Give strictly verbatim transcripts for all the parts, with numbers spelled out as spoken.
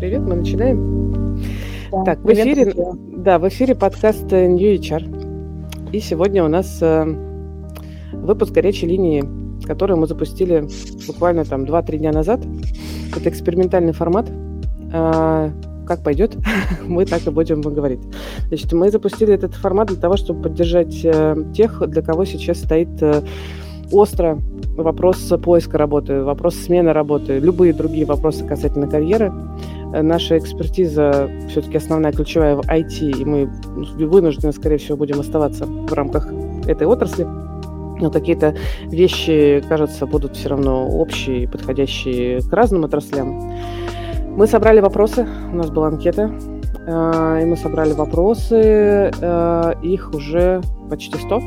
привет, мы начинаем. Да, Так, в привет, эфире, друзья. да, в эфире подкаст э, New эйч ар. И сегодня у нас э, выпуск горячей линии, который мы запустили буквально там два-три дня назад. Это экспериментальный формат. А, как пойдет, мы так и будем говорить. Значит, мы запустили этот формат для того, чтобы поддержать э, тех, для кого сейчас стоит э, остро вопрос поиска работы, вопрос смены работы, любые другие вопросы касательно карьеры. Наша экспертиза все-таки основная, ключевая в ай ти, и мы вынуждены, скорее всего, будем оставаться в рамках этой отрасли. Но какие-то вещи, кажется, будут все равно общие, подходящие к разным отраслям. Мы собрали вопросы, у нас была анкета, и мы собрали вопросы, их уже почти сто.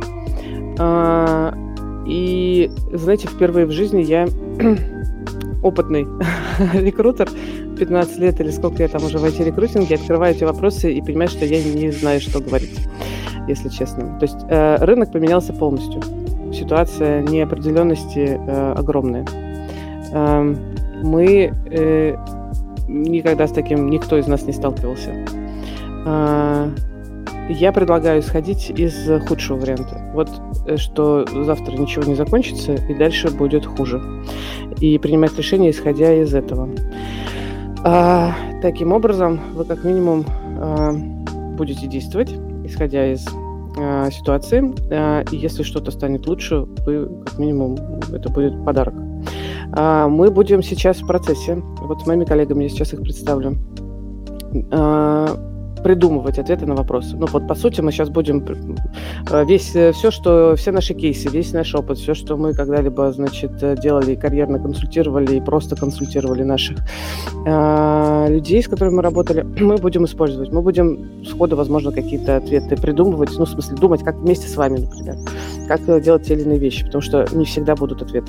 И, знаете, впервые в жизни я опытный рекрутер, пятнадцать лет или сколько я там уже в ай ти-рекрутинге, открываю эти вопросы и понимаю, что я не знаю, что говорить, если честно. То есть э, рынок поменялся полностью. Ситуация неопределенности э, огромная. Э, мы э, никогда с таким, никто из нас не сталкивался. Э, я предлагаю исходить из худшего варианта. Вот что завтра ничего не закончится, и дальше будет хуже. И принимать решения, исходя из этого. А, таким образом, вы как минимум а, будете действовать, исходя из а, ситуации. А, и если что-то станет лучше, вы как минимум, это будет подарок. А, мы будем сейчас в процессе, вот с моими коллегами, я сейчас их представлю, а, придумывать ответы на вопросы. Ну вот, по сути, мы сейчас будем весь, все, что, все наши кейсы, весь наш опыт, все, что мы когда-либо, значит, делали, карьерно консультировали и просто консультировали наших э, людей, с которыми мы работали, мы будем использовать. Мы будем сходу, возможно, какие-то ответы придумывать, ну, в смысле, думать, как вместе с вами, например, как делать те или иные вещи, потому что не всегда будут ответы.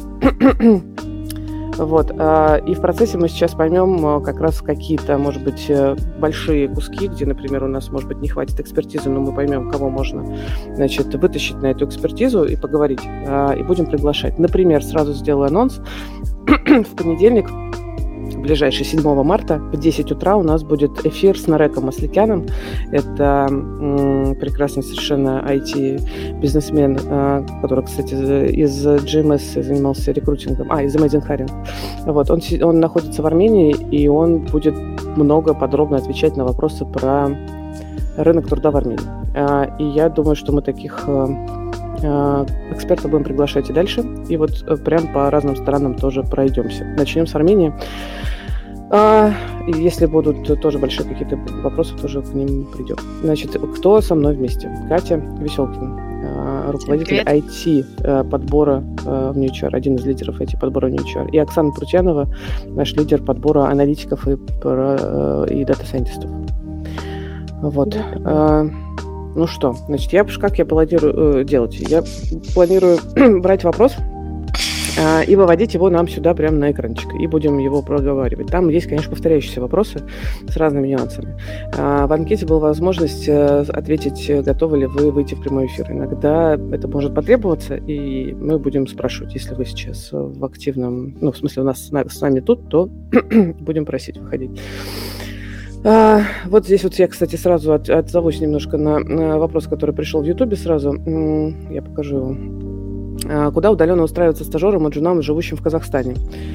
Вот. И в процессе мы сейчас поймем как раз какие-то, может быть, большие куски, где, например, у нас, может быть, не хватит экспертизы, но мы поймем, кого можно, значит, вытащить на эту экспертизу и поговорить. И будем приглашать. Например, сразу сделаю анонс. В понедельник, ближайший седьмого марта, в десять утра у нас будет эфир с Нареком Масликяном. Это м, прекрасный совершенно ай ти-бизнесмен, э, который, кстати, из джи эм эс занимался рекрутингом, а, из Amazing Hiring. Вот, он, он находится в Армении, и он будет много подробно отвечать на вопросы про рынок труда в Армении. Э, и я думаю, что мы таких э, э, экспертов будем приглашать и дальше. И вот э, прям по разным сторонам тоже пройдемся. Начнем с Армении. А, если будут тоже большие какие-то вопросы, тоже к ним придем. Значит, кто со мной вместе? Катя Веселкина, руководитель ай ти-подбора в New эйч ар, один из лидеров ай ти-подбора в New эйч ар. И Оксана Прутьянова, наш лидер подбора аналитиков и, и дата-сайентистов. Вот. А, ну что, значит, я, как я планирую делать? Я планирую брать вопрос и выводить его нам сюда прямо на экранчик, и будем его проговаривать. Там есть, конечно, повторяющиеся вопросы с разными нюансами. В анкете была возможность ответить, готовы ли вы выйти в прямой эфир. Иногда это может потребоваться, и мы будем спрашивать, если вы сейчас в активном, ну, в смысле, у нас с нами тут, то будем просить выходить. А, вот здесь вот я, кстати, сразу от, отзовусь немножко на, на вопрос, который пришел в Ютубе сразу. Я покажу его. Куда удаленно устраиваться стажерам и джунам, живущим в Казахстане?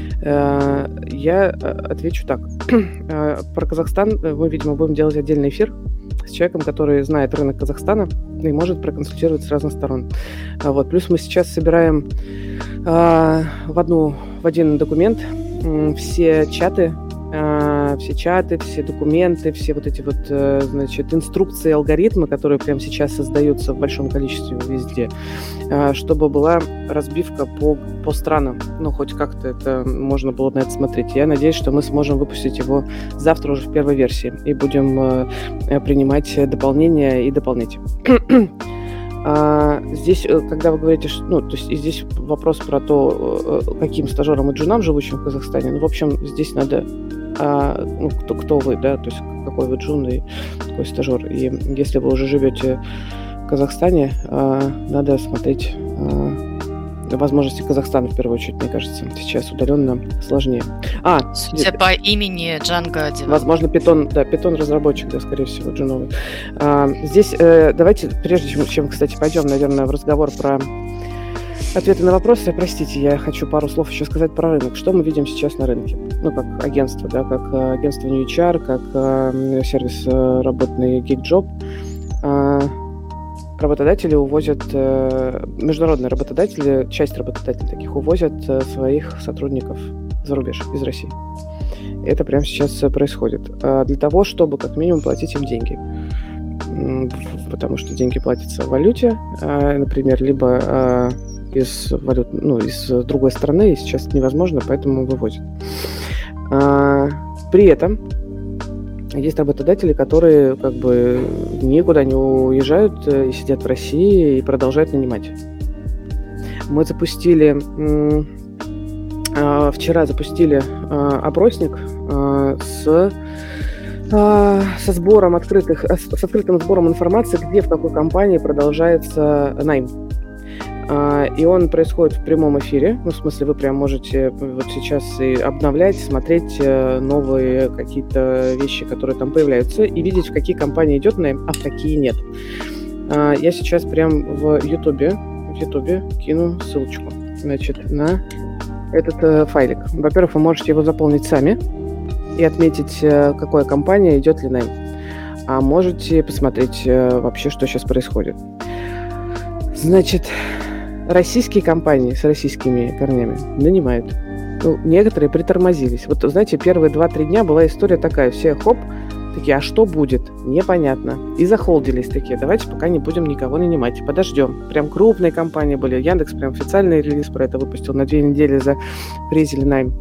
Я отвечу так. Про Казахстан мы, видимо, будем делать отдельный эфир с человеком, который знает рынок Казахстана и может проконсультировать с разных сторон. Вот. Плюс мы сейчас собираем в, одну, в один документ все чаты, все чаты, все документы, все вот эти вот, значит, инструкции, алгоритмы, которые прямо сейчас создаются в большом количестве везде, чтобы была разбивка по, по странам. Ну, хоть как-то это можно было на это смотреть. Я надеюсь, что мы сможем выпустить его завтра уже в первой версии и будем принимать дополнения и дополнять. А, здесь, когда вы говорите, что, ну, то есть здесь вопрос про то, каким стажерам и джунам, живущим в Казахстане, ну, в общем, здесь надо, а, ну, кто, кто вы, да, то есть какой вы джун и какой стажер. И если вы уже живете в Казахстане, а, надо смотреть, а, возможности Казахстана, в первую очередь, мне кажется, сейчас удаленно сложнее. А, Судя по имени Джанго Девелопер. Возможно, Python, да, Python разработчик, да, скорее всего, джуновый. А, здесь э, давайте, прежде чем, чем, кстати, пойдем, наверное, в разговор про ответы на вопросы, простите, я хочу пару слов еще сказать про рынок. Что мы видим сейчас на рынке? Ну, как агентство, да, как э, агентство New эйч ар, как э, сервис э, работный GigJob. Э, работодатели увозят, э, международные работодатели, часть работодателей таких увозят э, своих сотрудников за рубеж из России. Это прямо сейчас происходит. Э, для того, чтобы как минимум платить им деньги. Потому что деньги платятся в валюте, э, например, либо э, из валют, ну, из другой страны, и сейчас это невозможно, поэтому вывозят. А, при этом есть работодатели, которые как бы никуда не уезжают и сидят в России и продолжают нанимать. Мы запустили, а, вчера запустили а, опросник а, с со сбором открытых, с открытым сбором информации, где в какой компании продолжается найм. И он происходит в прямом эфире. Ну, в смысле, вы прям можете вот сейчас и обновлять, смотреть новые какие-то вещи, которые там появляются, и видеть, в какие компании идет найм, а в какие нет. Я сейчас прям в Ютубе, в Ютубе кину ссылочку, значит, на этот файлик. Во-первых, вы можете его заполнить сами и отметить, какая компания, идет ли найм. А можете посмотреть вообще, что сейчас происходит. Значит, российские компании с российскими корнями нанимают. Ну, некоторые притормозились. Вот, знаете, первые два-три дня была история такая. Все, хоп, такие, а что будет? Непонятно. И захолдились такие. Давайте пока не будем никого нанимать. Подождем. Прям крупные компании были. Яндекс прям официальный релиз про это выпустил. На две недели зафризили найм.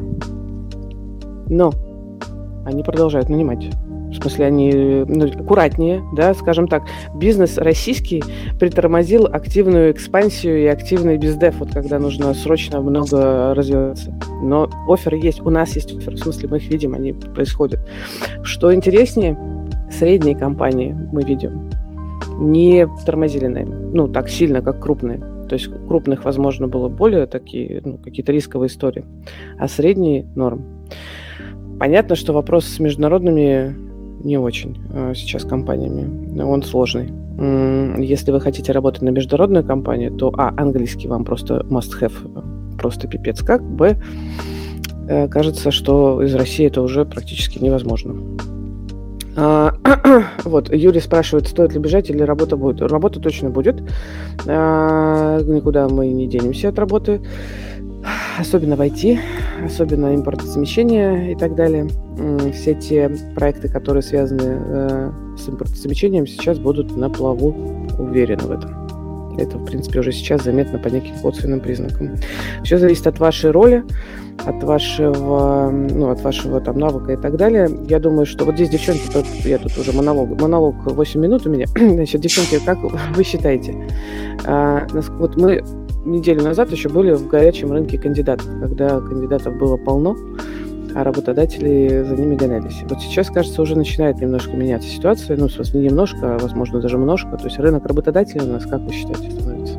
Но они продолжают нанимать. В смысле, они ну, аккуратнее, да, скажем так. Бизнес российский притормозил активную экспансию и активный бездев, вот когда нужно срочно много развиваться. Но офферы есть, у нас есть офферы, в смысле, мы их видим, они происходят. Что интереснее, средние компании, мы видим, не тормозили найм, ну, так сильно, как крупные. То есть крупных, возможно, было более такие, ну, какие-то рисковые истории, а средние – норм. Понятно, что вопрос с международными не очень сейчас компаниями, он сложный. Если вы хотите работать на международную компанию, то, а, английский вам просто must-have, просто пипец как, б, кажется, что из России это уже практически невозможно. А, вот, Юрий спрашивает, стоит ли бежать или работа будет. Работа точно будет, а, никуда мы не денемся от работы. Особенно в ай ти, особенно импортозамещение и так далее. Все те проекты, которые связаны э, с импортозамещением, сейчас будут на плаву, уверены в этом. Это, в принципе, уже сейчас заметно по неким косвенным признакам. Все зависит от вашей роли, от вашего, ну, от вашего там навыка и так далее. Я думаю, что вот здесь, девчонки, я тут уже монолог, монолог восемь минут у меня. Значит, девчонки, как вы считаете? А, вот мы неделю назад еще были в горячем рынке кандидатов, когда кандидатов было полно, а работодатели за ними гонялись. Вот сейчас, кажется, уже начинает немножко меняться ситуация, ну, в смысле, не немножко, а, возможно, даже немножко. То есть рынок работодателей у нас, как вы считаете, становится?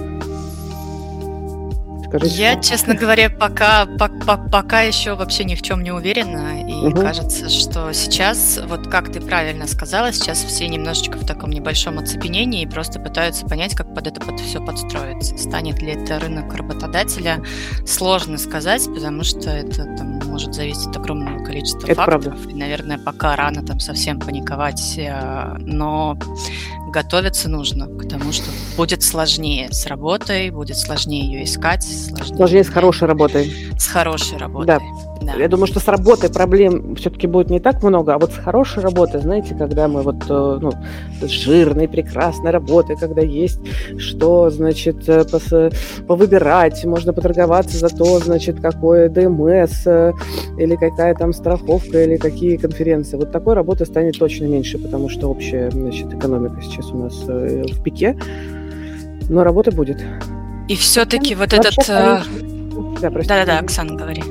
Скажите, Я, что? честно говоря, пока, пока, пока еще вообще ни в чем не уверена. И угу. кажется, что сейчас, вот как ты правильно сказала, сейчас все немножечко в таком небольшом оцепенении и просто пытаются понять, как под это под все подстроиться. Станет ли это рынок работодателя, сложно сказать, потому что это там, может зависеть от огромного количества это факторов. Правда. И, наверное, пока рано там совсем паниковать, но готовиться нужно к тому, что будет сложнее с работой, будет сложнее ее искать. Сложнее, сложнее с хорошей работой. С хорошей работой. Да. Да. Я думаю, что с работой проблем все-таки будет не так много, а вот с хорошей работой, знаете, когда мы вот, ну, с жирной, прекрасной работой, когда есть что, значит, повыбирать, можно поторговаться за то, значит, какое ДМС, или какая там страховка, или какие конференции. Вот такой работы станет точно меньше, потому что общая, значит, экономика сейчас у нас в пике, но работа будет. И все-таки вот этот... Да-да-да, Оксана, говори.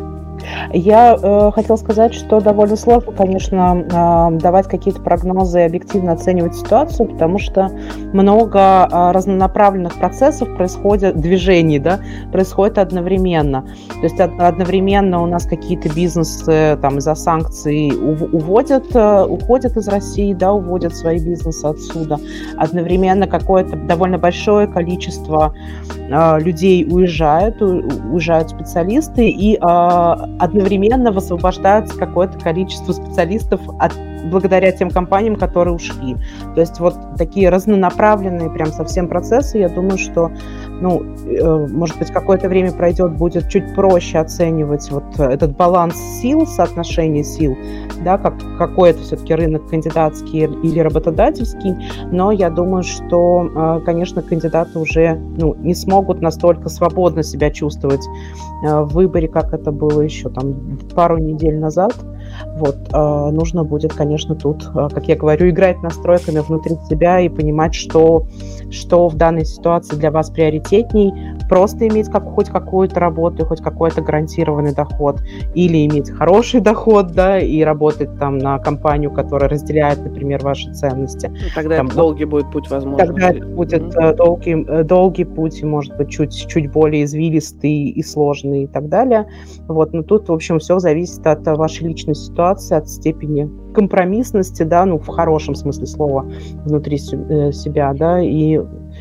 Я э, хотела сказать, что довольно сложно, конечно, э, давать какие-то прогнозы и объективно оценивать ситуацию, потому что много э, разнонаправленных процессов происходит, движений, да, происходит одновременно. То есть од- одновременно у нас какие-то бизнесы там из-за санкций ув- уводят, э, уходят из России, да, уводят свои бизнесы отсюда. Одновременно какое-то довольно большое количество э, людей уезжает, у- уезжают специалисты, и э, одновременно высвобождается какое-то количество специалистов от, благодаря тем компаниям, которые ушли. То есть вот такие разнонаправленные прям совсем процессы, я думаю, что, ну, э, может быть, какое-то время пройдет, будет чуть проще оценивать вот этот баланс сил, соотношение сил, да, как, какой это все-таки рынок кандидатский или работодательский, но я думаю, что, э, конечно, кандидаты уже, ну, не смогут настолько свободно себя чувствовать э, в выборе, как это было еще там пару недель назад. Вот, э, нужно будет, конечно, тут, э, как я говорю, играть настройками внутри себя и понимать, что, что в данной ситуации для вас приоритетней: просто иметь как, хоть какую-то работу, хоть какой-то гарантированный доход, или иметь хороший доход, да, и работать там на компанию, которая разделяет, например, ваши ценности. Ну, тогда Там, это долгий будет путь, возможно. Тогда это будет Мгм. э, долгий, э, долгий путь, и, может быть, чуть, чуть более извилистый и сложный и так далее. Вот. Но тут, в общем, все зависит от э, вашей личной ситуации, от степени компромиссности, да, ну, в хорошем смысле слова, внутри се- э, себя, да, и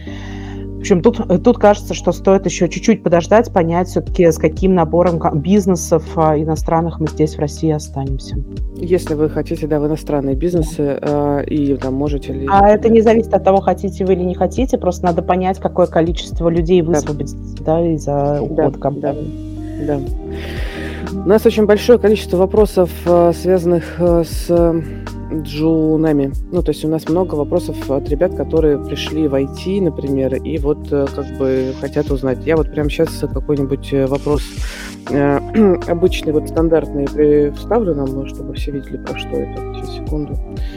в общем, тут, э, тут кажется, что стоит еще чуть-чуть подождать, понять все-таки, с каким набором ко- бизнесов а, иностранных мы здесь в России останемся. Если вы хотите, да, в иностранные бизнесы, э, и там можете ли, А это например, не зависит от того, хотите вы или не хотите, просто надо понять, какое количество людей да, высвободится, да, из-за да, ухода да, компании. да. У нас очень большое количество вопросов, э, связанных э, с э, джунами. Ну, то есть у нас много вопросов от ребят, которые пришли в ай ти, например, и вот э, как бы хотят узнать. Я вот прямо сейчас какой-нибудь э, вопрос э, обычный, вот стандартный при- вставлю нам, чтобы все видели, про что это. Сейчас, секунду.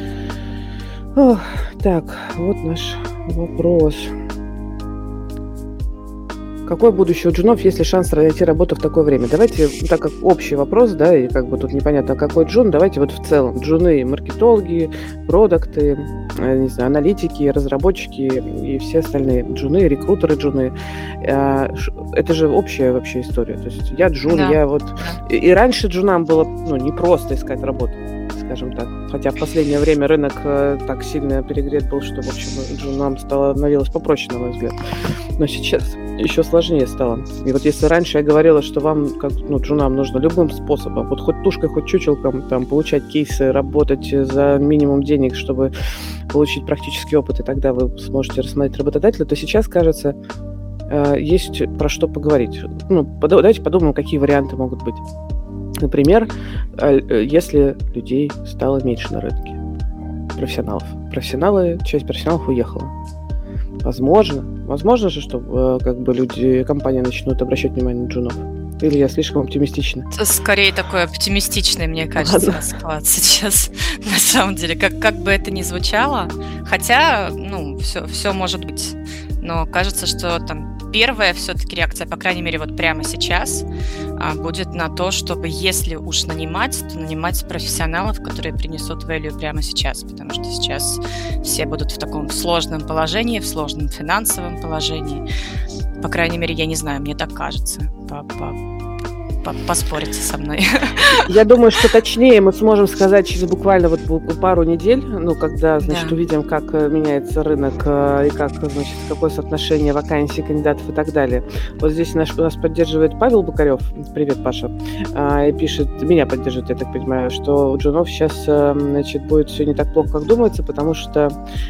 Ох, так, вот наш вопрос. Какое будущее у джунов, если шанс найти работу в такое время? Давайте, ну, так как общий вопрос, да, и как бы тут непонятно, какой джун, давайте вот в целом. Джуны, маркетологи, продакты, э, не знаю, аналитики, разработчики и все остальные джуны, рекрутеры джуны. Э, ш- Это же общая вообще история. То есть я джун, Да, я вот... да. И и раньше джунам было, ну, не просто искать работу, скажем так. Хотя в последнее время рынок э, так сильно перегрет был, что, в общем, джунам становилось попроще, на мой взгляд. Но сейчас еще сложнее стало. И вот если раньше я говорила, что вам, как, ну, джунам, нужно любым способом, вот хоть тушкой, хоть чучелком, там, получать кейсы, работать за минимум денег, чтобы получить практический опыт, и тогда вы сможете рассмотреть работодателя, то сейчас, кажется, э, есть про что поговорить. Ну, под- давайте подумаем, какие варианты могут быть. Например, э, э, если людей стало меньше на рынке, профессионалов. Профессионалы, часть профессионалов уехала. Возможно, возможно же, что э, как бы люди, компании начнут обращать внимание на джунов. Или я слишком оптимистична? Это скорее такой оптимистичный, мне кажется, Ладно. расклад сейчас, на самом деле. Как, как бы это ни звучало, хотя, ну, все, все может быть. Но кажется, что там первая все-таки реакция, по крайней мере, вот прямо сейчас, а, будет на то, чтобы, если уж нанимать, то нанимать профессионалов, которые принесут value прямо сейчас, потому что сейчас все будут в таком сложном положении, в сложном финансовом положении. По крайней мере, я не знаю, мне так кажется. По- по- по- Поспорите со мной. Я думаю, что точнее мы сможем сказать через буквально вот бу- пару недель, ну, когда, значит, Да. увидим, как э, меняется рынок э, и как, значит, какое соотношение вакансий, кандидатов и так далее. Вот здесь наш, нас поддерживает Павел Бокарев. Привет, Паша. А, и пишет, меня поддерживает, я так понимаю, что у джунов сейчас, э, значит, будет все не так плохо, как думается, потому что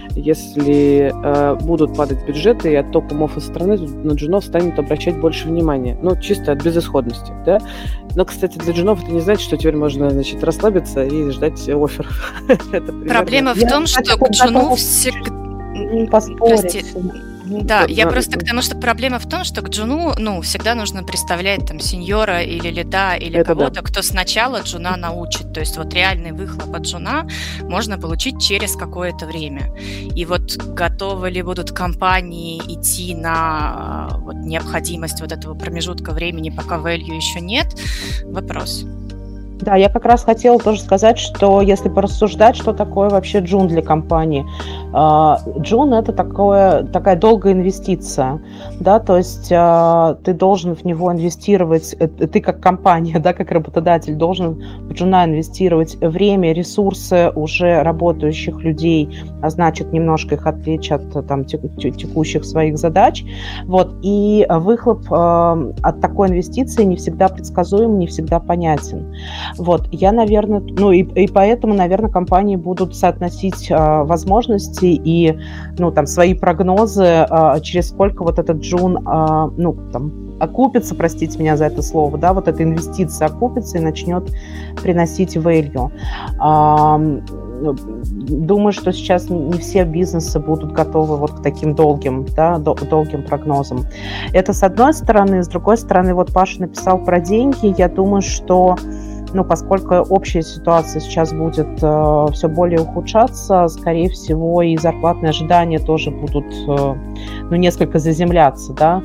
если э, будут падать бюджеты и отток умов из страны, то на джунов станет обращать больше внимания. Ну, чисто от безысходности, да? Но, кстати, для джунов это не значит, что теперь можно, значит, расслабиться и ждать офферов. Это примерно- Проблема в Я, том, кстати, что к тут джуну готова всегда... м, поспорить. Прости. Да, я просто к тому, что проблема в том, что к джуну, ну, всегда нужно представлять там сеньора или лида, или Это кого-то, да. кто сначала джуна научит. То есть вот реальный выхлоп от джуна можно получить через какое-то время. И вот готовы ли будут компании идти на вот необходимость вот этого промежутка времени, пока value еще нет, вопрос. Да, я как раз хотела тоже сказать, что если порассуждать, что такое вообще джун для компании. Джун – это такое, такая долгая инвестиция, да, то есть ты должен в него инвестировать, ты как компания, да, как работодатель должен в джуна инвестировать время, ресурсы уже работающих людей, а значит, немножко их отвлечь от там, текущих своих задач, вот, и выхлоп от такой инвестиции не всегда предсказуем, не всегда понятен. Вот, я, наверное, ну и, и поэтому, наверное, компании будут соотносить э, возможности и, ну, там, свои прогнозы, э, через сколько вот этот джун, э, ну, там, окупится, простите меня за это слово, да, вот эта инвестиция окупится и начнет приносить value. Э, думаю, что сейчас не все бизнесы будут готовы вот к таким долгим, да, долгим прогнозам. Это с одной стороны. С другой стороны, вот Паша написал про деньги. Я думаю, что ну, поскольку общая ситуация сейчас будет э, все более ухудшаться, скорее всего, и зарплатные ожидания тоже будут, э, ну, несколько заземляться, да.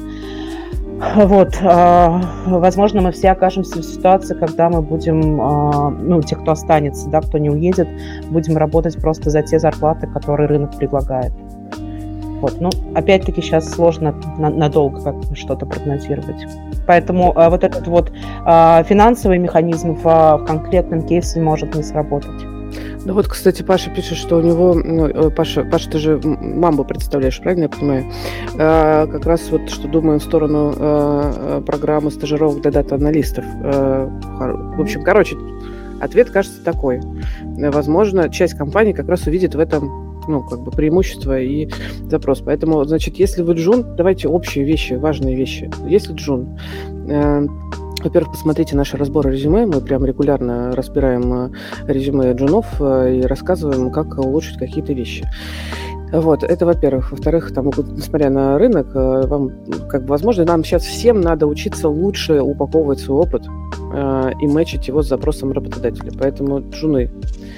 Вот, э, возможно, мы все окажемся в ситуации, когда мы будем, э, ну, те, кто останется, да, кто не уедет, будем работать просто за те зарплаты, которые рынок предлагает. Вот, ну, опять-таки, сейчас сложно на- надолго как-то что-то прогнозировать. Поэтому э, вот этот вот э, финансовый механизм в, в конкретном кейсе может не сработать. Ну вот, кстати, Паша пишет, что у него... Ну, Паша, Паша, ты же мамбу представляешь, правильно я понимаю? Э, как раз вот, что думаем в сторону э, программы стажировок для дата-аналистов. Э, в общем, короче, ответ кажется такой. Возможно, часть компаний как раз увидит в этом, ну, как бы преимущество и запрос. Поэтому, значит, если вы джун, давайте общие вещи, важные вещи. Если джун, э, во-первых, посмотрите наши разборы резюме. Мы прям регулярно разбираем резюме джунов и рассказываем, как улучшить какие-то вещи. Вот, это во-первых. Во-вторых, там, несмотря на рынок, вам, как бы, возможно, нам сейчас всем надо учиться лучше упаковывать свой опыт э, и мэчить его с запросом работодателя. Поэтому джуны,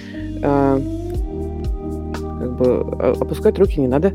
э, как бы, опускать руки не надо.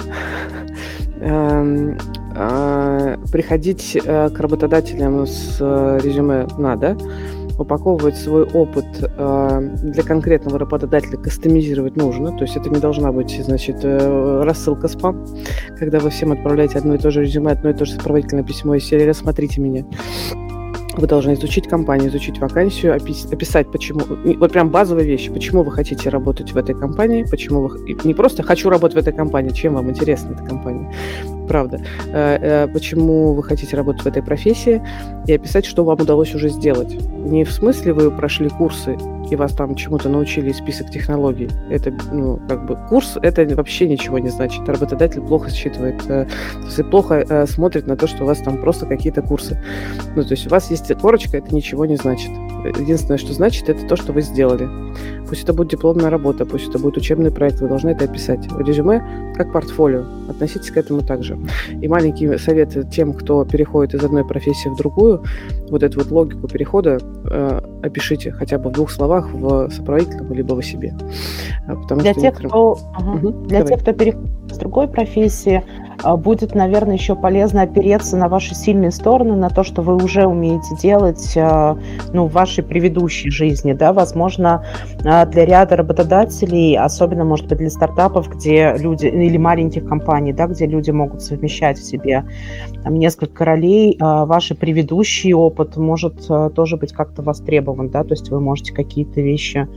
Приходить к работодателям с резюме надо, упаковывать свой опыт для конкретного работодателя, кастомизировать нужно, то есть это не должна быть, значит, рассылка спам, когда вы всем отправляете одно и то же резюме, одно и то же сопроводительное письмо из серии «Рассмотрите меня». Вы должны изучить компанию, изучить вакансию, опис- описать, почему... Вот прям базовые вещи. Почему вы хотите работать в этой компании, почему вы... Не просто «хочу работать в этой компании», чем вам интересна эта компания. Правда. Почему вы хотите работать в этой профессии, и описать, что вам удалось уже сделать. Не в смысле вы прошли курсы, и вас там чему-то научили, список технологий. Это, ну, как бы, курс, это вообще ничего не значит. Работодатель плохо считывает, то есть плохо смотрит на то, что у вас там просто какие-то курсы. Ну, то есть у вас есть корочка, это ничего не значит. Единственное, что значит, это то, что вы сделали. Пусть это будет дипломная работа, пусть это будет учебный проект, вы должны это описать. Резюме как портфолио. Относитесь к этому также. И маленький совет тем, кто переходит из одной профессии в другую, вот эту вот логику перехода э, опишите хотя бы в двух словах в сопроводительном либо в себе. Потому для что тех, некоторым... кто, ага. угу, для давай. тех, кто переходит с другой профессии, будет, наверное, еще полезно опереться на ваши сильные стороны, на то, что вы уже умеете делать, ну, в вашей предыдущей жизни, да, возможно, для ряда работодателей, особенно, может быть, для стартапов, где люди, или маленьких компаний, да, где люди могут совмещать в себе там несколько ролей, ваш предыдущий опыт может тоже быть как-то востребован, да, то есть вы можете какие-то вещи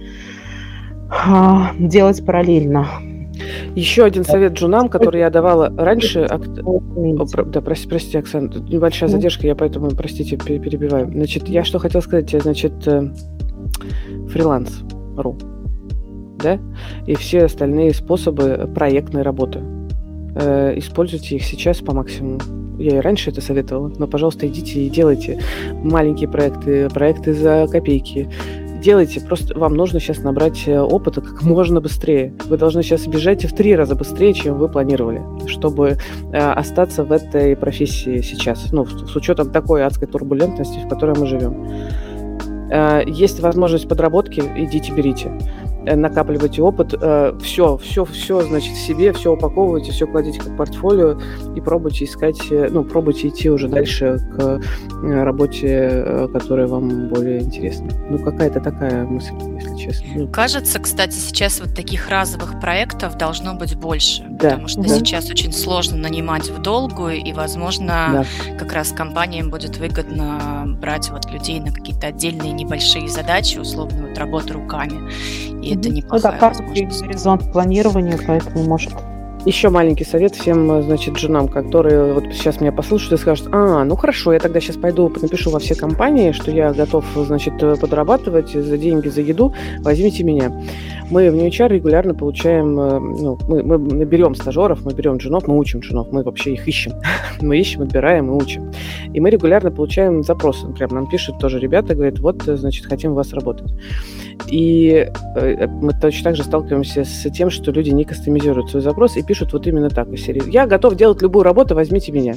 делать параллельно. Еще один совет джунам, который я давала раньше. О, да, прости, прости, Оксана, тут небольшая задержка, я поэтому, простите, перебиваю. Значит, я что хотела сказать, значит, фриланс.ру, да, и все остальные способы проектной работы. Используйте их сейчас по максимуму. Я и раньше это советовала, но, пожалуйста, идите и делайте маленькие проекты, проекты за копейки. делайте, просто вам нужно сейчас набрать опыта как можно быстрее. Вы должны сейчас бежать в три раза быстрее, чем вы планировали, чтобы э, остаться в этой профессии сейчас, ну, с учетом такой адской турбулентности, в которой мы живем. Э, есть возможность подработки, идите, берите. Накапливайте опыт, э, все, все, все, значит, в себе, все упаковывайте, все кладите как портфолио и пробуйте искать, ну, пробуйте идти уже дальше к работе, которая вам более интересна. Ну, какая-то такая мысль, если честно. Ну, кажется, кстати, сейчас вот таких разовых проектов должно быть больше, да, потому что да. сейчас очень сложно нанимать в долгую, и, возможно, да. как раз компаниям будет выгодно брать вот людей на какие-то отдельные небольшие задачи, условно, вот работу руками. И это неплохая ну, да, возможность. Горизонт планирования, поэтому может... Еще маленький совет всем, значит, женам, которые вот сейчас меня послушают и скажут: а, ну хорошо, я тогда сейчас пойду напишу во все компании, что я готов, значит, подрабатывать за деньги, за еду, возьмите меня. Мы в New эйч ар регулярно получаем, ну, мы, мы наберем стажеров, мы берем джунов, мы учим джунов, мы вообще их ищем. Мы ищем, отбираем и учим. И мы регулярно получаем запросы. Например, нам пишут тоже ребята, говорят: вот, значит, хотим у вас работать. И мы точно так же сталкиваемся с тем, что люди не кастомизируют свой запрос и пишут вот именно так из серии: я готов делать любую работу, возьмите меня.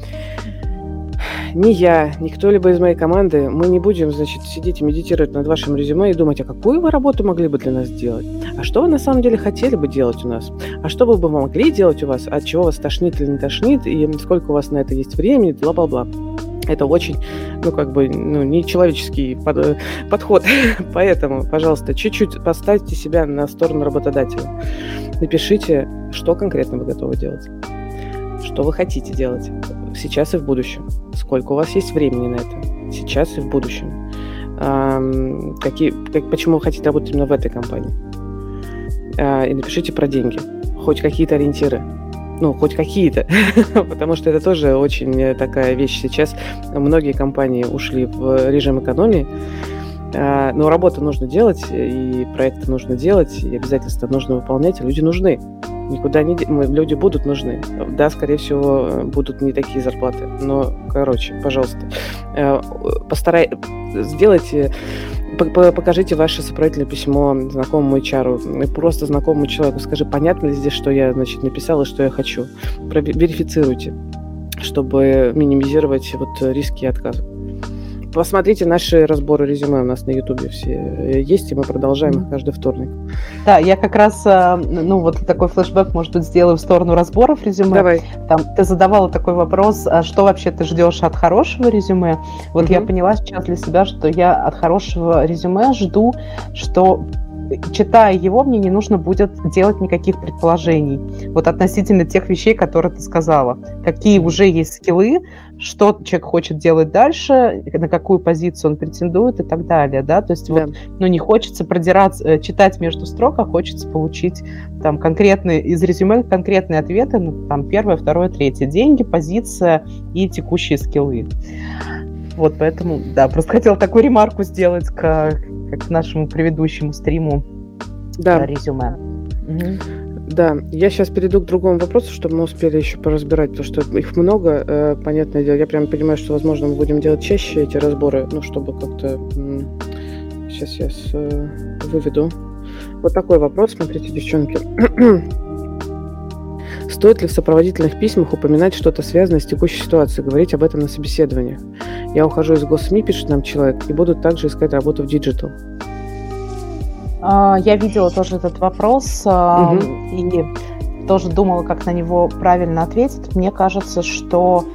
Ни я, ни кто-либо из моей команды, мы не будем, значит, сидеть и медитировать над вашим резюме и думать, а какую вы работу могли бы для нас делать? А что вы на самом деле хотели бы делать у нас? А что вы бы могли делать у вас? От чего вас тошнит или не тошнит? И сколько у вас на это есть времени? Бла-бла-бла. Это очень, ну, как бы, ну, нечеловеческий под, подход. Поэтому, пожалуйста, чуть-чуть поставьте себя на сторону работодателя. Напишите, что конкретно вы готовы делать. Что вы хотите делать сейчас и в будущем. Сколько у вас есть времени на это сейчас и в будущем. Эм, какие, как, почему вы хотите работать именно в этой компании. Э, и напишите про деньги. Хоть какие-то ориентиры. Ну, хоть какие-то, потому что это тоже очень такая вещь сейчас. Многие компании ушли в режим экономии, но работу нужно делать, и проекты нужно делать, и обязательства нужно выполнять, и люди нужны. Никуда не... Люди будут нужны. Да, скорее всего, будут не такие зарплаты, но, короче, пожалуйста, постарай... сделайте... Покажите ваше сопроводительное письмо знакомому эйч ар, просто знакомому человеку. Скажи, понятно ли здесь, что я, значит, написал и что я хочу. Верифицируйте, чтобы минимизировать вот риски отказа. Посмотрите наши разборы резюме, у нас на Ютубе все есть, и мы продолжаем их каждый вторник. Да, я как раз, ну, вот такой флешбэк, может быть, сделаю в сторону разборов резюме. Давай. Там ты задавала такой вопрос, что вообще ты ждешь от хорошего резюме? Вот угу. Я поняла сейчас для себя, что я от хорошего резюме жду, что... читая его, мне не нужно будет делать никаких предположений. Вот относительно тех вещей, которые ты сказала. Какие уже есть скиллы, что человек хочет делать дальше, на какую позицию он претендует и так далее. Да? То есть да. вот, ну, не хочется продираться, читать между строк, а хочется получить там, конкретные, из резюме конкретные ответы на там, первое, второе, третье. Деньги, позиция и текущие скиллы. Вот поэтому, да, просто хотела такую ремарку сделать к, как к нашему предыдущему стриму да. резюме. Угу. Да, я сейчас перейду к другому вопросу, чтобы мы успели еще поразбирать, потому что их много, э, понятное дело. Я прямо понимаю, что, возможно, мы будем делать чаще эти разборы, ну, чтобы как-то... М- сейчас я с, э, выведу. Вот такой вопрос, смотрите, девчонки. Стоит ли в сопроводительных письмах упоминать что-то связанное с текущей ситуацией, говорить об этом на собеседованиях? Я ухожу из госсми, пишет нам человек, и буду также искать работу в диджитал. Я видела тоже этот вопрос, угу. и тоже думала, как на него правильно ответить. Мне кажется, что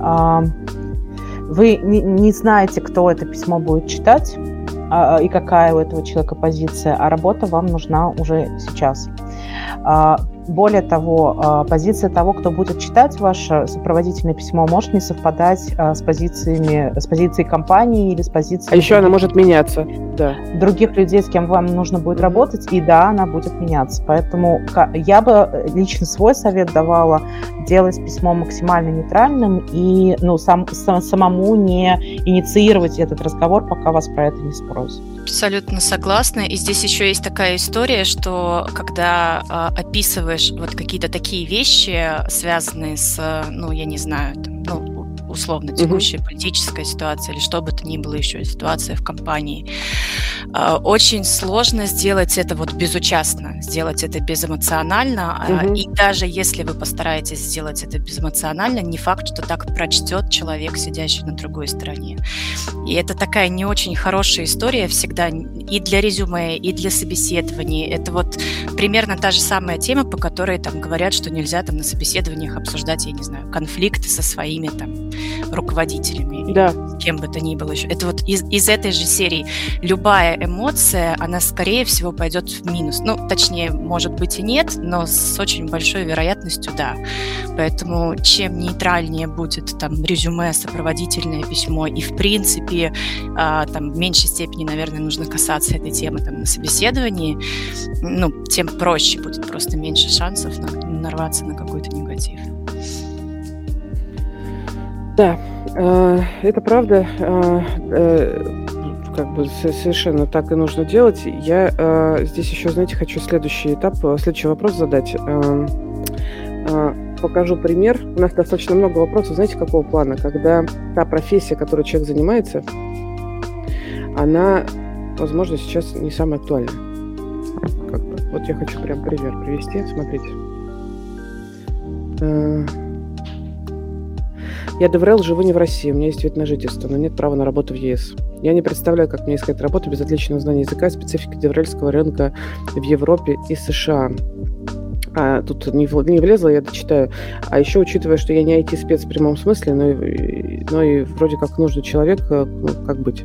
вы не знаете, кто это письмо будет читать, и какая у этого человека позиция, а работа вам нужна уже сейчас. Более того, позиция того, кто будет читать ваше сопроводительное письмо, может не совпадать с позициями, с позицией компании или с позицией... А еще она может меняться, да. Других людей, с кем вам нужно будет работать, и да, она будет меняться. Поэтому я бы лично свой совет давала делать письмо максимально нейтральным и ну, сам, самому не инициировать этот разговор, пока вас про это не спросят. Абсолютно согласна. И здесь еще есть такая история, что когда э, описываешь вот какие-то такие вещи, связанные с, ну, я не знаю, там, ну, условно, текущая mm-hmm. политическая ситуация или что бы то ни было еще, ситуация в компании, э, очень сложно сделать это вот безучастно, сделать это безэмоционально. Угу. И даже если вы постараетесь сделать это безэмоционально, не факт, что так прочтет человек, сидящий на другой стороне. И это такая не очень хорошая история всегда и для резюме, и для собеседований. Это вот примерно та же самая тема, по которой там говорят, что нельзя там на собеседованиях обсуждать, я не знаю, конфликты со своими там руководителями, да. с кем бы то ни было еще. Это вот из, из этой же серии. Любая эмоция, она, скорее всего, пойдет в минус. Ну, точнее, может быть и нет, но с очень большой вероятностью да. Поэтому чем нейтральнее будет там резюме, сопроводительное письмо, и, в принципе, а, там в меньшей степени, наверное, нужно касаться этой темы там на собеседовании, ну, тем проще будет, просто меньше шансов на, нарваться на какой-то негатив. Да, это правда, как бы совершенно так и нужно делать. Я здесь еще, знаете, хочу следующий этап, следующий вопрос задать. Покажу пример. У нас достаточно много вопросов, знаете, какого плана? Когда та профессия, которой человек занимается, она, возможно, сейчас не самая актуальная. Как бы. Вот я хочу прям пример привести. Смотрите. Я ДевРел, живу не в России, у меня есть вид на жительство, но нет права на работу в ЕС. Я не представляю, как мне искать работу без отличного знания языка и специфики деврельского рынка в Европе и США. А, тут не, не влезла, я дочитаю. А еще, учитывая, что я не ай ти-спец в прямом смысле, но и, но и вроде как нужный человек, ну, как быть,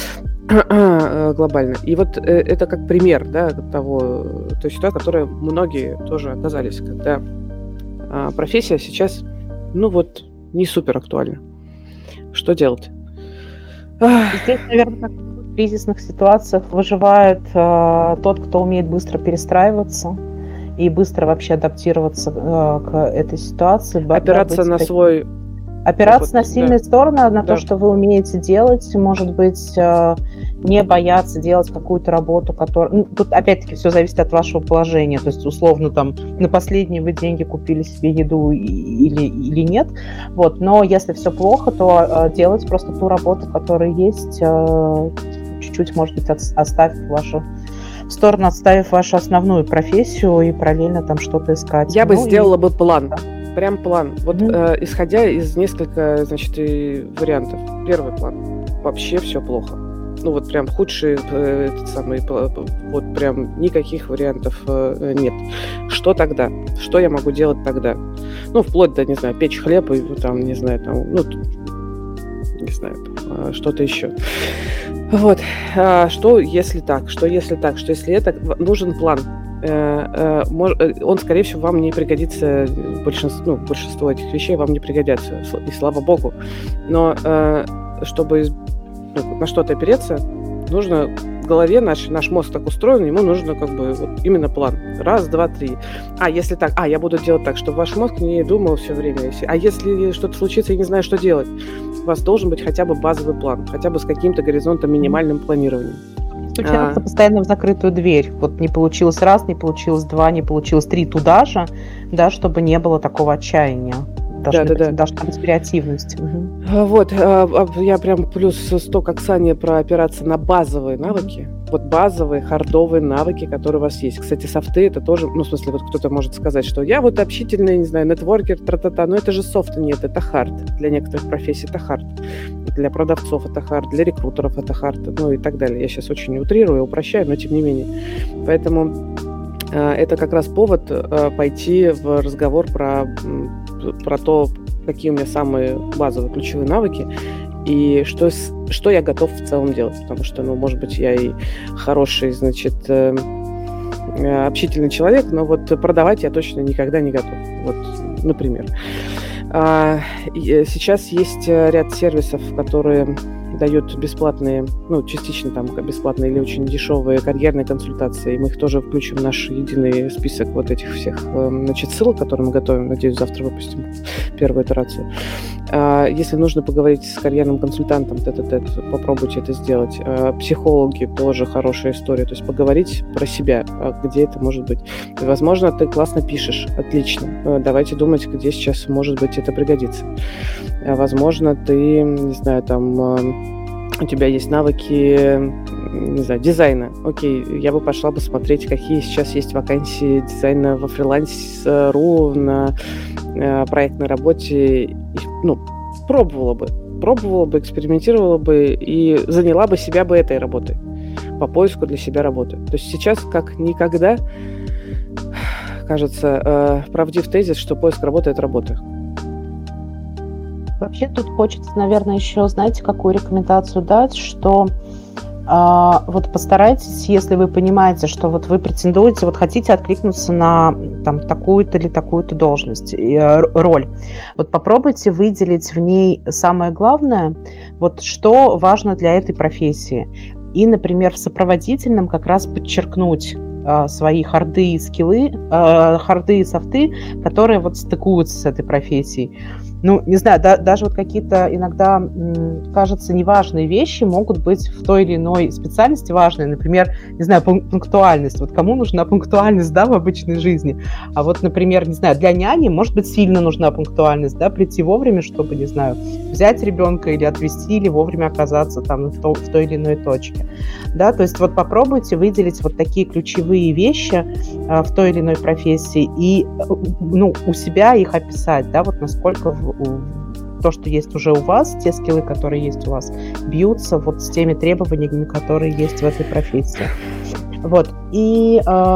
глобально. И вот это как пример, да, того, той ситуации, в которой многие тоже оказались, когда а, профессия сейчас, ну вот, не супер актуально. Что делать? Здесь, наверное, в кризисных ситуациях выживает э, тот, кто умеет быстро перестраиваться и быстро вообще адаптироваться э, к этой ситуации. Опираться на таким... свой... Опираться опыт, на сильные да. стороны, на да. то, что вы умеете делать, может быть, э, не бояться делать какую-то работу, которая... Ну, тут, опять-таки, все зависит от вашего положения. То есть, условно, там, на последние вы деньги купили себе еду или, или нет. Вот. Но если все плохо, то э, делать просто ту работу, которая есть, э, чуть-чуть, может быть, от, оставив вашу... в сторону, отставив вашу основную профессию и параллельно там что-то искать. Я ну, бы сделала и... бы план. Прям план. Вот mm-hmm. э, исходя из нескольких, значит, вариантов. Первый план. Вообще все плохо. Ну вот прям худший, э, этот самый, вот прям никаких вариантов э, нет. Что тогда? Что я могу делать тогда? Ну, вплоть до, не знаю, печь хлеб и там, не знаю, там, ну, не знаю, там, что-то еще. Вот. А, что если так? Что если так? Что если это? Нужен план. Он, скорее всего, вам не пригодится, большинство, ну, большинство этих вещей вам не пригодятся, и слава богу. Но чтобы ну, на что-то опереться, нужно в голове, наш, наш мозг так устроен, ему нужно как бы вот именно план. Раз, два, три. А, если так, а, я буду делать так, чтобы ваш мозг не думал все время. А если что-то случится, я не знаю, что делать. У вас должен быть хотя бы базовый план, хотя бы с каким-то горизонтом, минимальным планированием. Стучаться а... постоянно в закрытую дверь. Вот не получилось раз, не получилось два, не получилось три туда же, да, чтобы не было такого отчаяния. Должна, да, да, быть, да. должна быть креативность. Угу. Вот, я прям плюс сто как Саня про опираться на базовые навыки. Вот базовые, хардовые навыки, которые у вас есть. Кстати, софты это тоже, ну, в смысле, вот кто-то может сказать, что я вот общительный, не знаю, нетворкер, тра-та-та, но это же софт, нет, это хард. Для некоторых профессий это хард. Для продавцов это хард, для рекрутеров это хард, ну и так далее. Я сейчас очень утрирую, упрощаю, но тем не менее. Поэтому э, это как раз повод э, пойти в разговор про, про то, какие у меня самые базовые ключевые навыки, и что, что я готов в целом делать. Потому что, ну, может быть, я и хороший, значит, э, общительный человек, но вот продавать я точно никогда не готов. Вот, например. А, сейчас есть ряд сервисов, которые дают бесплатные, ну, частично там бесплатные или очень дешевые карьерные консультации. Мы их тоже включим в наш единый список вот этих всех, значит, ссылок, которые мы готовим. Надеюсь, завтра выпустим первую итерацию. Если нужно поговорить с карьерным консультантом, тет-а-тет, попробуйте это сделать. Психологи тоже хорошая история. То есть поговорить про себя, где это может быть. Возможно, ты классно пишешь. Отлично. Давайте думать, где сейчас, может быть, это пригодится. Возможно, ты, не знаю, там... у тебя есть навыки не знаю, дизайна. Окей, я бы пошла бы смотреть, какие сейчас есть вакансии дизайна во фриланс.ру на э, проектной работе. И, ну, пробовала бы. Пробовала бы, экспериментировала бы и заняла бы себя бы этой работой по поиску для себя работы. То есть сейчас, как никогда, кажется, э, правдив тезис, что поиск работы – это работа. Вообще тут хочется, наверное, еще, знаете, какую рекомендацию дать, что а, вот постарайтесь, если вы понимаете, что вот вы претендуете, вот хотите откликнуться на там такую-то или такую-то должность, и, роль, вот попробуйте выделить в ней самое главное, вот что важно для этой профессии. И, например, в сопроводительном как раз подчеркнуть а, свои харды и скиллы, а, харды и софты, которые вот стыкуются с этой профессией. Ну, не знаю, да, даже вот какие-то иногда, м, кажется, неважные вещи могут быть в той или иной специальности важные. Например, не знаю, пун- пунктуальность. Вот кому нужна пунктуальность, да, в обычной жизни? А вот, например, не знаю, для няни, может быть, сильно нужна пунктуальность, да, прийти вовремя, чтобы, не знаю, взять ребенка или отвезти, или вовремя оказаться там в, то- в той или иной точке. Да, то есть вот попробуйте выделить вот такие ключевые вещи а, в той или иной профессии и, э, ну, у себя их описать, да, вот насколько в- у- то, что есть уже у вас, те скиллы, которые есть у вас, бьются вот с теми требованиями, которые есть в этой профессии. Вот. И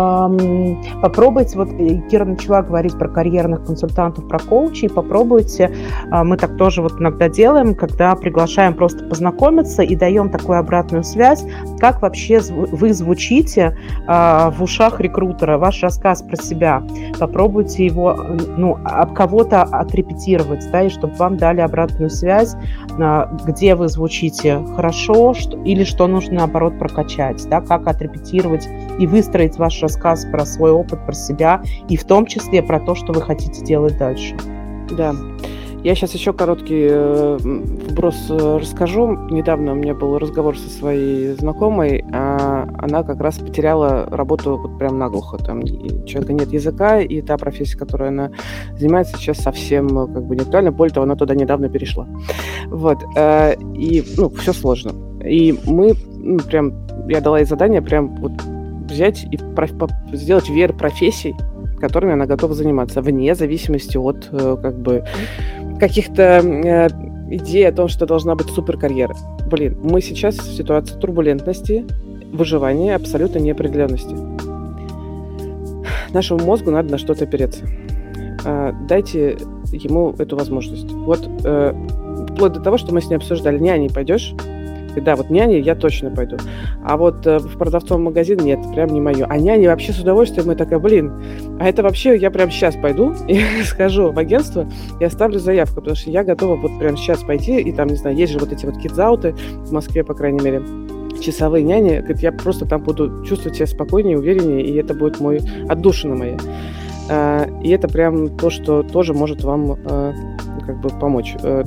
эм, попробуйте, вот Кира начала говорить про карьерных консультантов, про коучей, попробуйте, э, мы так тоже вот иногда делаем, когда приглашаем просто познакомиться и даем такую обратную связь, как вообще зв- вы звучите э, в ушах рекрутера, ваш рассказ про себя. Попробуйте его, ну, об кого-то отрепетировать, да, и чтобы вам дали обратную связь, э, где вы звучите хорошо, что, или что нужно, наоборот, прокачать, да, как отрепетировать и выстроить ваш рассказ про свой опыт, про себя, и в том числе про то, что вы хотите делать дальше. Да. Я сейчас еще короткий э, вброс э, расскажу. Недавно у меня был разговор со своей знакомой. А она как раз потеряла работу вот прям наглухо. Там у человека нет языка, и та профессия, которой она занимается, сейчас совсем как бы не актуальна. Более того, она туда недавно перешла. Вот. Э, и, ну, все сложно. И мы, ну, прям, я дала ей задание прям вот взять и проф, сделать веер профессий, которыми она готова заниматься, вне зависимости от э, как бы каких-то э, идей о том, что должна быть суперкарьера. Блин, мы сейчас в ситуации турбулентности, выживания, абсолютной неопределенности. Нашему мозгу надо на что-то опереться. Э, дайте ему эту возможность. Вот э, вплоть до того, что мы с ней обсуждали, няней пойдешь? И да, вот няни я точно пойду. А вот э, в продавцовый магазин нет, прям не мое. А няни вообще с удовольствием. Мы такая, блин, а это вообще я прям сейчас пойду и схожу в агентство и оставлю заявку, потому что я готова вот прям сейчас пойти, и там, не знаю, есть же вот эти вот кидзауты в Москве, по крайней мере, часовые няни. Говорит, я просто там буду чувствовать себя спокойнее, увереннее, и это будет мой отдушина моя. А, и это прям то, что тоже может вам а, как бы помочь. А,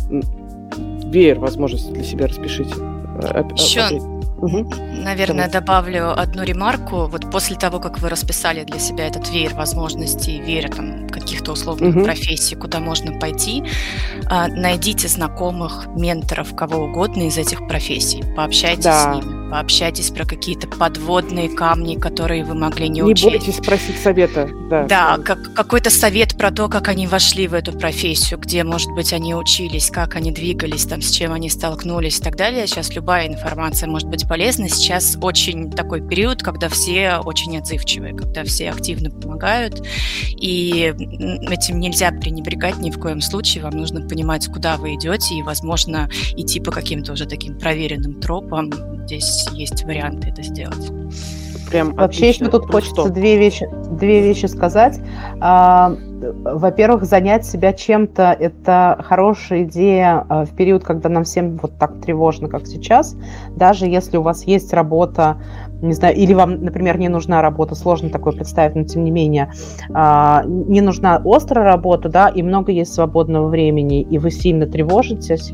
веер возможностей для себя распишите. Еще, угу. наверное, добавлю одну ремарку. Вот после того, как вы расписали для себя этот веер возможностей, веер там, каких-то условных угу. профессий, куда можно пойти, найдите знакомых, менторов, кого угодно из этих профессий. Пообщайтесь да. с ними, пообщайтесь про какие-то подводные камни, которые вы могли не, не учесть. Не бойтесь спросить совета. Да, да как, какой-то совет про то, как они вошли в эту профессию, где, может быть, они учились, как они двигались, там, с чем они столкнулись и так далее. Сейчас любая информация может быть полезна. Сейчас очень такой период, когда все очень отзывчивые, когда все активно помогают, и этим нельзя пренебрегать ни в коем случае. Вам нужно понимать, куда вы идете, и, возможно, идти по каким-то уже таким проверенным тропам. Здесь есть варианты это сделать. Прям вообще отлично. Еще тут Про хочется две вещи, две вещи сказать. А, во-первых, занять себя чем-то – это хорошая идея в период, когда нам всем вот так тревожно, как сейчас. Даже если у вас есть работа, не знаю, или вам, например, не нужна работа, сложно такое представить, но тем не менее, а, не нужна острая работа, да, и много есть свободного времени, и вы сильно тревожитесь,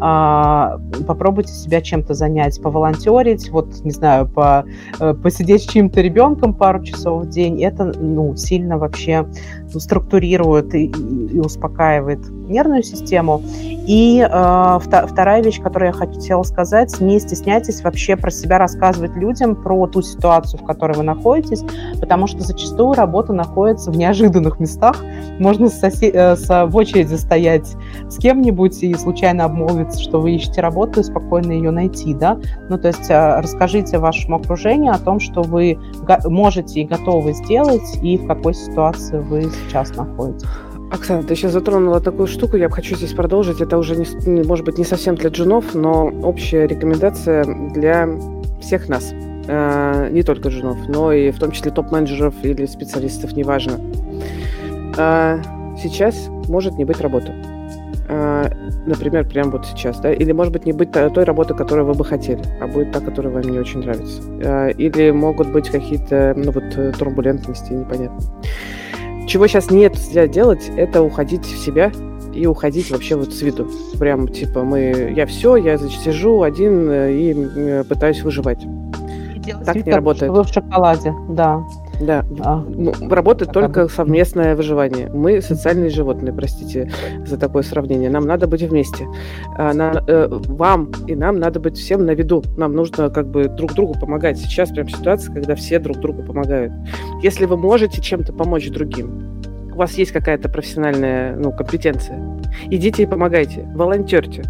а, попробуйте себя чем-то занять, поволонтерить, вот, не знаю, по, посидеть с чьим-то ребенком пару часов в день, это, ну, сильно вообще структурирует и, и успокаивает нервную систему. И э, вта- вторая вещь, которую я хотела сказать, не стесняйтесь вообще про себя рассказывать людям, про ту ситуацию, в которой вы находитесь, потому что зачастую работа находится в неожиданных местах. Можно с сосед... э, с, в очереди стоять с кем-нибудь и случайно обмолвиться, что вы ищете работу, и спокойно ее найти, да? Ну, то есть э, расскажите вашему окружению о том, что вы го- можете и готовы сделать, и в какой ситуации вы сейчас находитесь. Оксана, ты сейчас затронула такую штуку, я хочу здесь продолжить. Это уже, не, может быть, не совсем для джунов, но общая рекомендация для всех нас. Э, не только джунов, но и в том числе топ-менеджеров или специалистов, неважно. Э, сейчас может не быть работы. Э, например, прямо вот сейчас, да? Или, может быть, не быть той работы, которую вы бы хотели, а будет та, которая вам не очень нравится. Э, или могут быть какие-то, ну вот, турбулентности, непонятно. Чего сейчас нельзя делать, это уходить в себя и уходить вообще вот с виду. Прям типа мы, я все, я значит, сижу один и пытаюсь выживать. И так вид, не работает. Вы в шоколаде, да. Да, а, ну, работает только совместное выживание. Мы социальные животные, простите за такое сравнение. Нам надо быть вместе. А, на, э, вам и нам надо быть всем на виду. Нам нужно как бы друг другу помогать. Сейчас прям ситуация, когда все друг другу помогают. Если вы можете чем-то помочь другим, у вас есть какая-то профессиональная, ну, компетенция, идите и помогайте, волонтерьте.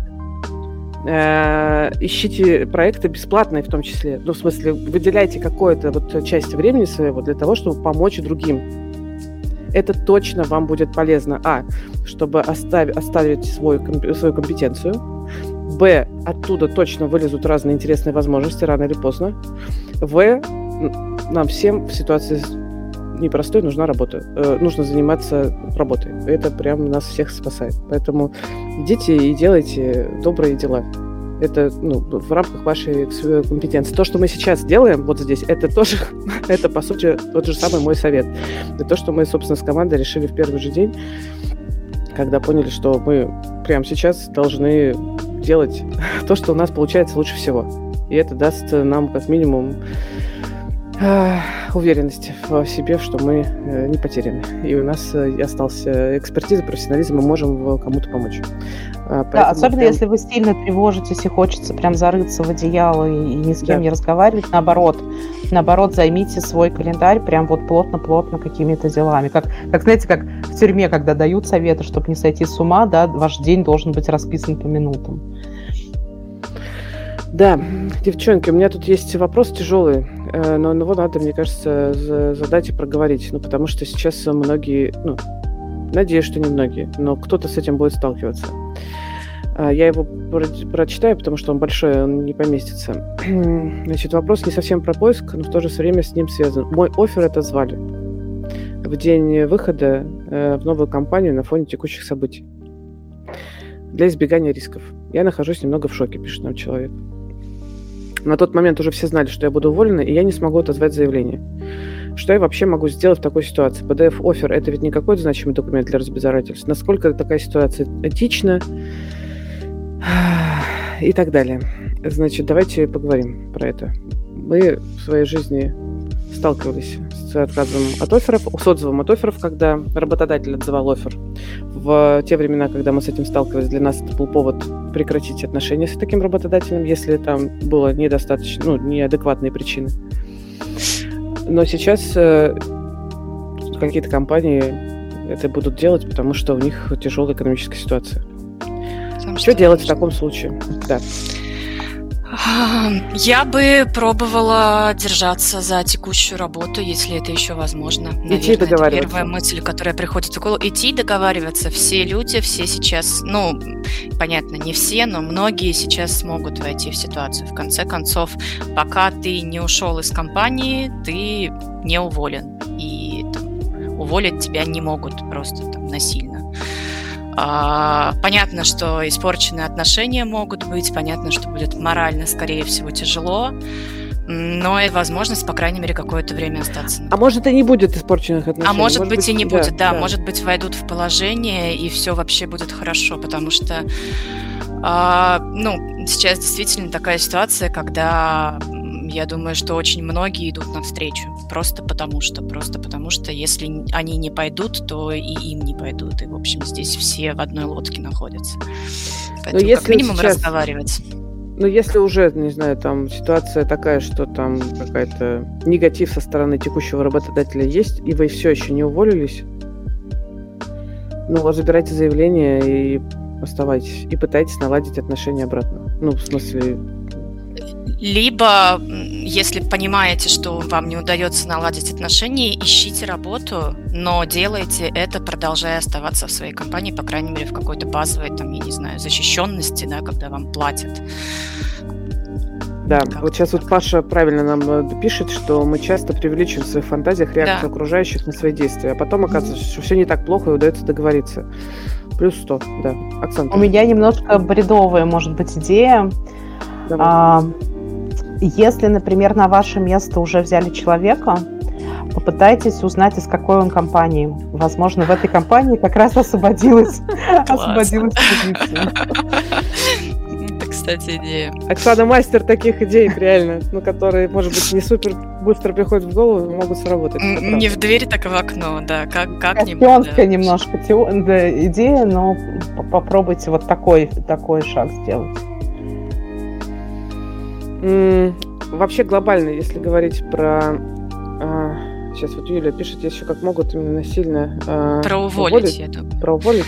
Ищите проекты бесплатные в том числе. Ну, в смысле, выделяйте какую-то вот часть времени своего для того, чтобы помочь другим. Это точно вам будет полезно. А, чтобы оставить, оставить свой, свою компетенцию. Б, оттуда точно вылезут разные интересные возможности рано или поздно. В, нам всем в ситуации непростой нужна работа. Э, нужно заниматься работой. Это прям нас всех спасает. Поэтому идите и делайте добрые дела. Это, ну, в рамках вашей компетенции. То, что мы сейчас делаем вот здесь, это тоже, это, по сути, тот же самый мой совет. Это то, что мы, собственно, с командой решили в первый же день, когда поняли, что мы прямо сейчас должны делать то, что у нас получается лучше всего. И это даст нам, как минимум, уверенности в себе, что мы не потеряны. И у нас осталась экспертиза, профессионализм, мы можем кому-то помочь. Поэтому да, особенно прям... если вы сильно тревожитесь и хочется прям зарыться в одеяло и, и ни с кем да. не разговаривать, наоборот, наоборот, займите свой календарь прям вот плотно-плотно какими-то делами. Как, как, знаете, как в тюрьме, когда дают советы, чтобы не сойти с ума, да, ваш день должен быть расписан по минутам. Да, девчонки, у меня тут есть вопрос тяжелый, но его надо, мне кажется, задать и проговорить. Ну, потому что сейчас многие, ну, надеюсь, что не многие, но кто-то с этим будет сталкиваться. Я его прочитаю, потому что он большой, он не поместится. Значит, вопрос не совсем про поиск, но в то же время с ним связан. Мой оффер отозвали в день выхода в новую компанию на фоне текущих событий. Для избегания рисков. Я нахожусь немного в шоке, пишет нам человек. На тот момент уже все знали, что я буду уволена, и я не смогу отозвать заявление. Что я вообще могу сделать в такой ситуации? пи ди эф-оффер – это ведь не какой-то значимый документ для разбирательства. Насколько такая ситуация этична? И так далее. Значит, давайте поговорим про это. Мы в своей жизни сталкивались с отказом от офферов, с отзывом от офферов, когда работодатель отзывал оффер. В те времена, когда мы с этим сталкивались, для нас это был повод прекратить отношения с таким работодателем, если там было недостаточно, ну, неадекватные причины. Но сейчас э, какие-то компании это будут делать, потому что у них тяжелая экономическая ситуация. Потому что, что делать в таком случае? Да. Я бы пробовала держаться за текущую работу, если это еще возможно. Идти Наверное, договариваться. Это первая мысль, которая приходит в голову. Идти договариваться. Все люди, все сейчас, ну, понятно, не все, но многие сейчас смогут войти в ситуацию. В конце концов, пока ты не ушел из компании, ты не уволен. И там, уволить тебя не могут просто там насильно. А, понятно, что испорченные отношения могут быть, понятно, что будет морально, скорее всего, тяжело, но это возможность, по крайней мере, какое-то время остаться. А может, и не будет испорченных отношений. А может, может быть, быть, и не да, будет, да, да. Может быть, войдут в положение, и все вообще будет хорошо, потому что, а, ну, сейчас действительно такая ситуация, когда я думаю, что очень многие идут навстречу. Просто потому что. Просто потому что если они не пойдут, то и им не пойдут. И, в общем, здесь все в одной лодке находятся. Поэтому если как минимум сейчас- разговаривать. Ну, если уже, не знаю, там ситуация такая, что там какая-то негатив со стороны текущего работодателя есть, и вы все еще не уволились, ну, забирайте заявление и оставайтесь. И пытайтесь наладить отношения обратно. Ну, в смысле, Либо, м, если понимаете, что вам не удается наладить отношения, ищите работу, но делайте это, продолжая оставаться в своей компании, по крайней мере, в какой-то базовой, там, я не знаю, защищенности, да, когда вам платят. да, Как-то вот сейчас вот так. Паша правильно нам э, пишет, что мы часто преувеличиваем в своих фантазиях реакцию Да. окружающих на свои действия, а потом оказывается, что все не так плохо и удается договориться. Плюс сто, да. Оксана, У меня немножко бредовая, может быть, идея. давай. А, Если, например, на ваше место уже взяли человека, попытайтесь узнать, из какой он компании. Возможно, в этой компании как раз освободилась, освободилась позиция. Это, кстати, идея. Оксана мастер таких идей, реально, ну, которые, может быть, не супер быстро приходят в голову, но могут сработать. это М, Не правда. в дверь, так и в окно, да, как, как-нибудь. Костёнская да. немножко тео- да, идея, но п- попробуйте вот такой, такой шаг сделать. М, Вообще глобально, если говорить про... а, Сейчас вот Юля пишет, еще как могут именно насильно а, Про уволить, я думаю. Про уволить.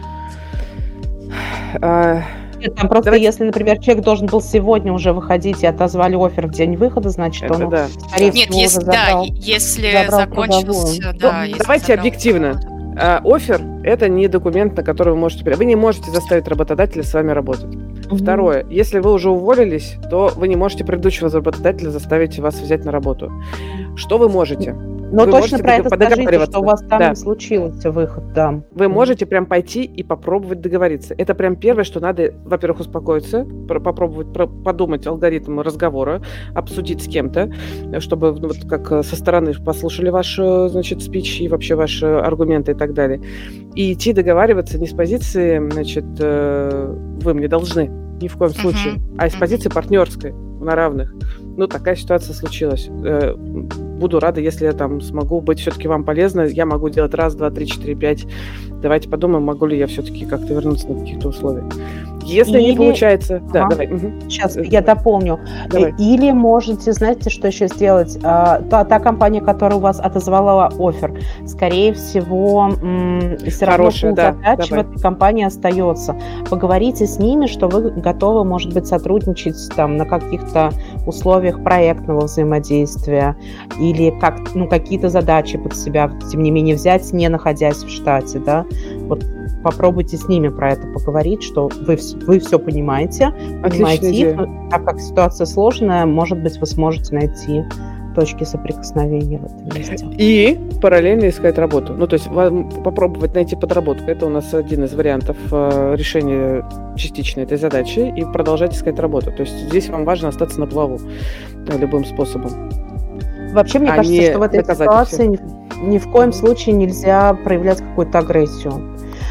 А, Нет, там просто, Давайте- если, например, человек должен был сегодня уже выходить и отозвали оффер в день выхода, значит, Это он, да. скорее Нет, всего, если, уже да, забрал. е- если забрал закончился, трудовую. да, Ну, если давайте забрал объективно. трудовую, А, Оффер– это не документ, на который вы можете... пере- Вы не можете заставить работодателя с вами работать. Мгм. Второе. Если вы уже уволились, то вы не можете предыдущего работодателя заставить вас взять на работу. Что вы можете? Но Вы точно можете про это скажите, подоговариваться. что у вас там Да. не случился выход, да. Вы Мгм. можете прям пойти и попробовать договориться. Это прям первое, что надо, во-первых, успокоиться, про- попробовать про- подумать алгоритм разговора, обсудить с кем-то, чтобы, ну, вот как э, со стороны послушали ваш, э, значит, спич и вообще ваши аргументы и так далее. И идти договариваться не с позиции, значит, э, вы мне должны, ни в коем Мгм. случае, а из Мгм. позиции партнерской, на равных. Ну, такая ситуация случилась. Э, Буду рада, если я там смогу быть все-таки вам полезна. Я могу делать раз, два, три, четыре, пять. Давайте подумаем, могу ли я все-таки как-то вернуться на каких-то условиях. Если не Или- получается... Да, Ага. давай. мгм. Сейчас Э, я давай. дополню. Давай. Э, Или можете, знаете, что еще сделать? А, Та, та компания, которая у вас отозвала оффер, скорее всего, все равно Хорошая, пул да, задач в давай. этой компании остается. Поговорите с ними, что вы готовы, может быть, сотрудничать там на каких-то условиях проектного взаимодействия или как, ну, какие-то задачи под себя, тем не менее, взять, не находясь в штате, да. Вот попробуйте с ними про это поговорить, что вы, вс- вы все понимаете, понимаете Отличная их, идея. но так как ситуация сложная, может быть, вы сможете найти точки соприкосновения в этом месте. И параллельно искать работу. Ну, то есть вам попробовать найти подработку. Это у нас один из вариантов э, решения частично этой задачи. И продолжать искать работу. То есть здесь вам важно остаться на плаву э, любым способом. Вообще, мне А кажется, не что в этой доказать ситуации ни, ни в коем случае нельзя проявлять какую-то агрессию.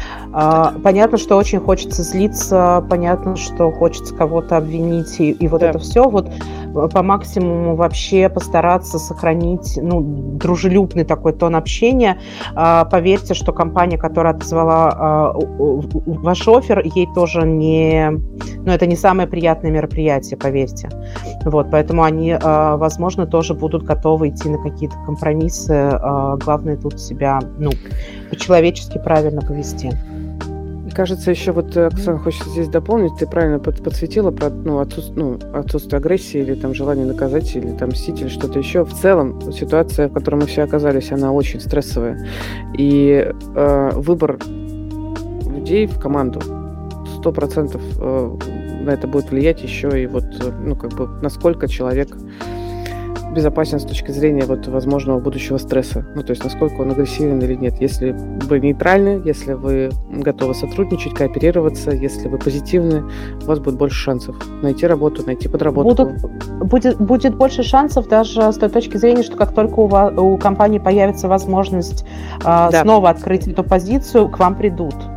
А, понятно, что очень хочется злиться, понятно, что хочется кого-то обвинить, и, и вот Да. это все. Вот э, по максимуму вообще постараться сохранить, ну, дружелюбный такой тон общения. А, поверьте, что компания, которая отозвала а, у- у- ваш оффер, ей тоже не... Ну, это не самое приятное мероприятие, поверьте. Вот, поэтому они, а, возможно, тоже будут готовы идти на какие-то компромиссы. А, главное тут себя, ну, по-человечески правильно повести. Мне кажется, еще вот э, Оксана хочет здесь дополнить. Ты правильно под- подсветила про ну, отсутствие, ну, отсутствие агрессии или там желание наказать, или там мстить, или что-то еще. В целом, ситуация, в которой мы все оказались, она очень стрессовая. И э, выбор людей в команду сто процентов э, на это будет влиять еще и вот, э, ну, как бы, насколько человек безопасен с точки зрения вот возможного будущего стресса. Ну, то есть, насколько он агрессивен или нет. Если вы нейтральны, если вы готовы сотрудничать, кооперироваться, если вы позитивны, у вас будет больше шансов найти работу, найти подработку. Будут, будет, будет больше шансов даже с той точки зрения, что как только у, ва- у компании появится возможность а, Да. снова открыть эту позицию, к вам придут.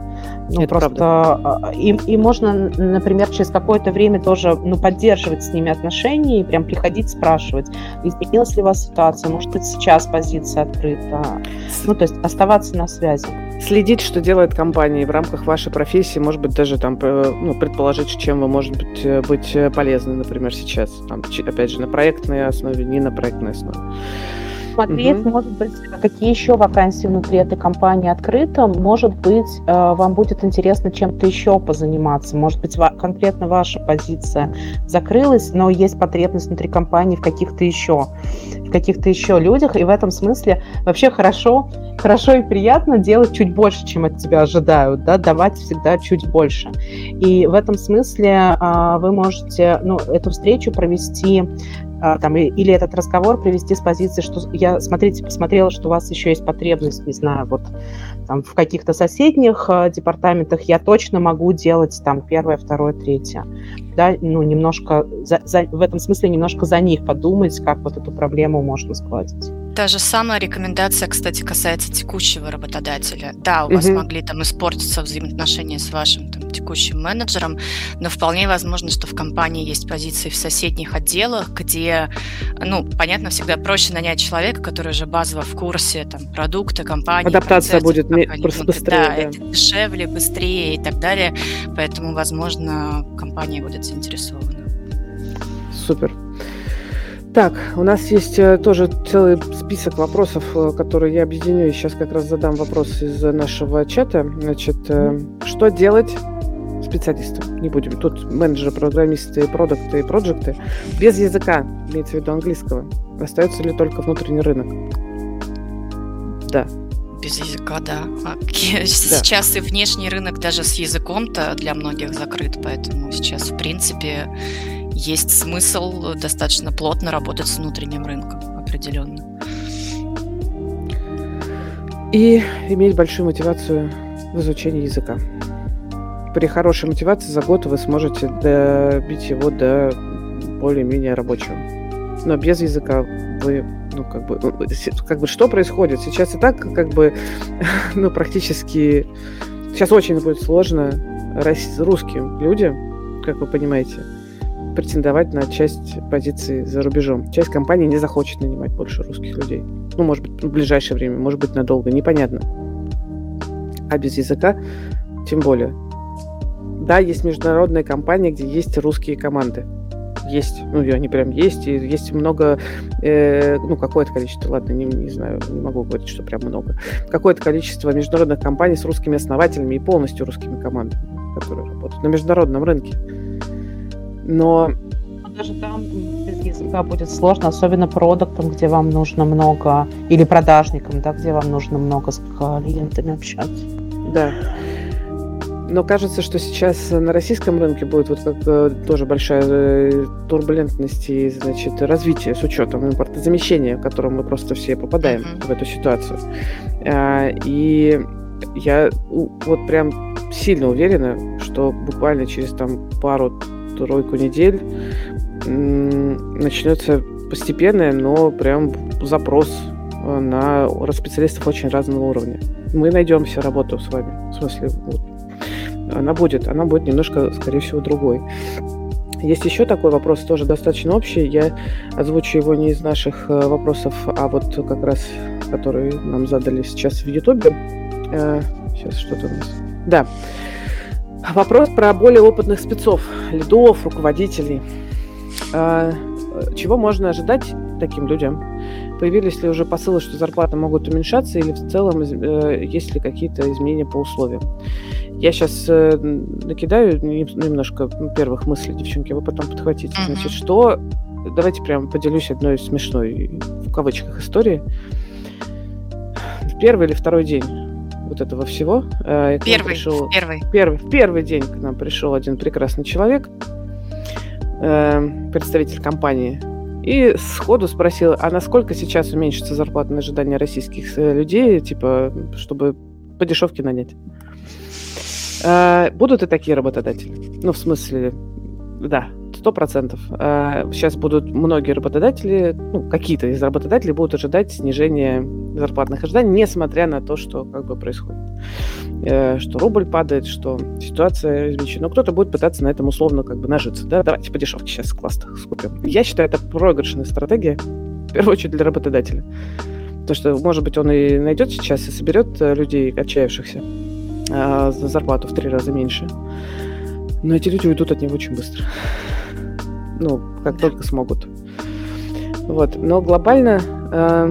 Ну, Это просто правда. и, и можно, например, через какое-то время тоже ну, поддерживать с ними отношения и прям приходить спрашивать, изменилась ли у вас ситуация, может быть, сейчас позиция открыта. Ну, то есть оставаться на связи. Следить, что делает компания в рамках вашей профессии, может быть, даже там ну, предположить, чем вы можете быть, быть полезны, например, сейчас. Там, опять же, на проектной основе, не на проектной основе. Смотреть, угу. может быть, какие еще вакансии внутри этой компании открыты. Может быть, вам будет интересно чем-то еще позаниматься. Может быть, конкретно ваша позиция закрылась, но есть потребность внутри компании в каких-то еще, в каких-то еще людях. И в этом смысле вообще хорошо, хорошо и приятно делать чуть больше, чем от тебя ожидают, да, давать всегда чуть больше. И в этом смысле вы можете ну, эту встречу провести там, или этот разговор привести с позиции, что я, смотрите, посмотрела, что у вас еще есть потребность, не знаю, вот там в каких-то соседних э, департаментах я точно могу делать там первое, второе, третье. Да, ну, немножко, за, за, в этом смысле немножко за них подумать, как вот эту проблему можно сгладить. Та же самая рекомендация, кстати, касается текущего работодателя. Да, у вас mm-hmm. могли там испортиться взаимоотношения с вашим там, текущим менеджером, но вполне возможно, что в компании есть позиции в соседних отделах, где, ну, понятно, всегда проще нанять человека, который уже базово в курсе там, продукта, компании. Адаптация будет компании, просто внутри. быстрее. Да, да, это дешевле, быстрее и так далее, поэтому, возможно, компания будет заинтересована. Супер. Так, у нас есть тоже целый список вопросов, которые я объединю, и сейчас как раз задам вопрос из нашего чата. Значит, что делать специалистам? Не будем. Тут менеджеры, программисты, продукты и проекты. Без языка, имеется в виду английского. Остается ли только внутренний рынок? Да. Без языка, да. Сейчас да. и внешний рынок даже с языком-то для многих закрыт, поэтому сейчас, в принципе, есть смысл достаточно плотно работать с внутренним рынком, определенно. И иметь большую мотивацию в изучении языка. При хорошей мотивации за год вы сможете добить его до более-менее рабочего. Но без языка вы, ну, как бы, как бы, что происходит? Сейчас и так, как бы, ну, практически, сейчас очень будет сложно русским людям, как вы понимаете, претендовать на часть позиций за рубежом. Часть компаний не захочет нанимать больше русских людей. Ну, может быть, в ближайшее время, может быть, надолго, непонятно. А без языка тем более. Да, есть международные компании, где есть русские команды. Есть, ну, они прям есть, и есть много, э, ну, какое-то количество, ладно, не, не знаю, не могу говорить, что прям много, какое-то количество международных компаний с русскими основателями и полностью русскими командами, которые работают на международном рынке. Но даже там без языка будет сложно, особенно продуктам, где вам нужно много, или продажникам, да, где вам нужно много с клиентами общаться. Да. Но кажется, что сейчас на российском рынке будет вот как э, тоже большая э, турбулентность и, значит, развитие с учетом импортозамещения, в котором мы просто все попадаем mm-hmm. в эту ситуацию. А, и я вот прям сильно уверена, что буквально через там пару-тройку недель м- начнется постепенное, но прям запрос на специалистов очень разного уровня. Мы найдем себе работу с вами. В смысле, вот, она будет, она будет немножко, скорее всего, другой. Есть еще такой вопрос, тоже достаточно общий. Я озвучу его не из наших вопросов, а вот как раз, которые нам задали сейчас в Ютубе. Сейчас что-то у нас. Да. Вопрос про более опытных спецов, лидов, руководителей. Чего можно ожидать таким людям? Появились ли уже посылы, что зарплаты могут уменьшаться, или в целом э, есть ли какие-то изменения по условиям? Я сейчас э, накидаю немножко первых мыслей, девчонки, вы потом подхватите. Uh-huh. Значит, что... Давайте прям поделюсь одной смешной, в кавычках, истории. В первый или второй день вот этого всего... Э, первый, пришел, первый. Первый. В первый день к нам пришел один прекрасный человек, э, представитель компании, и сходу спросил, а насколько сейчас уменьшится зарплатное ожидание российских людей, типа, чтобы по дешевке нанять? А, будут и такие работодатели. Ну, в смысле, да, сто процентов. Сейчас будут многие работодатели, ну, какие-то из работодателей будут ожидать снижения зарплатных ожиданий, несмотря на то, что как бы происходит. Что рубль падает, что ситуация изменчена. Но кто-то будет пытаться на этом условно как бы нажиться. Да? Давайте по дешевке сейчас классно скупим. Я считаю, это проигрышная стратегия, в первую очередь для работодателя. Потому что, может быть, он и найдет сейчас и соберет людей, отчаявшихся, за зарплату в три раза меньше. Но эти люди уйдут от него очень быстро. Ну, как да. только смогут. Вот. Но глобально... Э,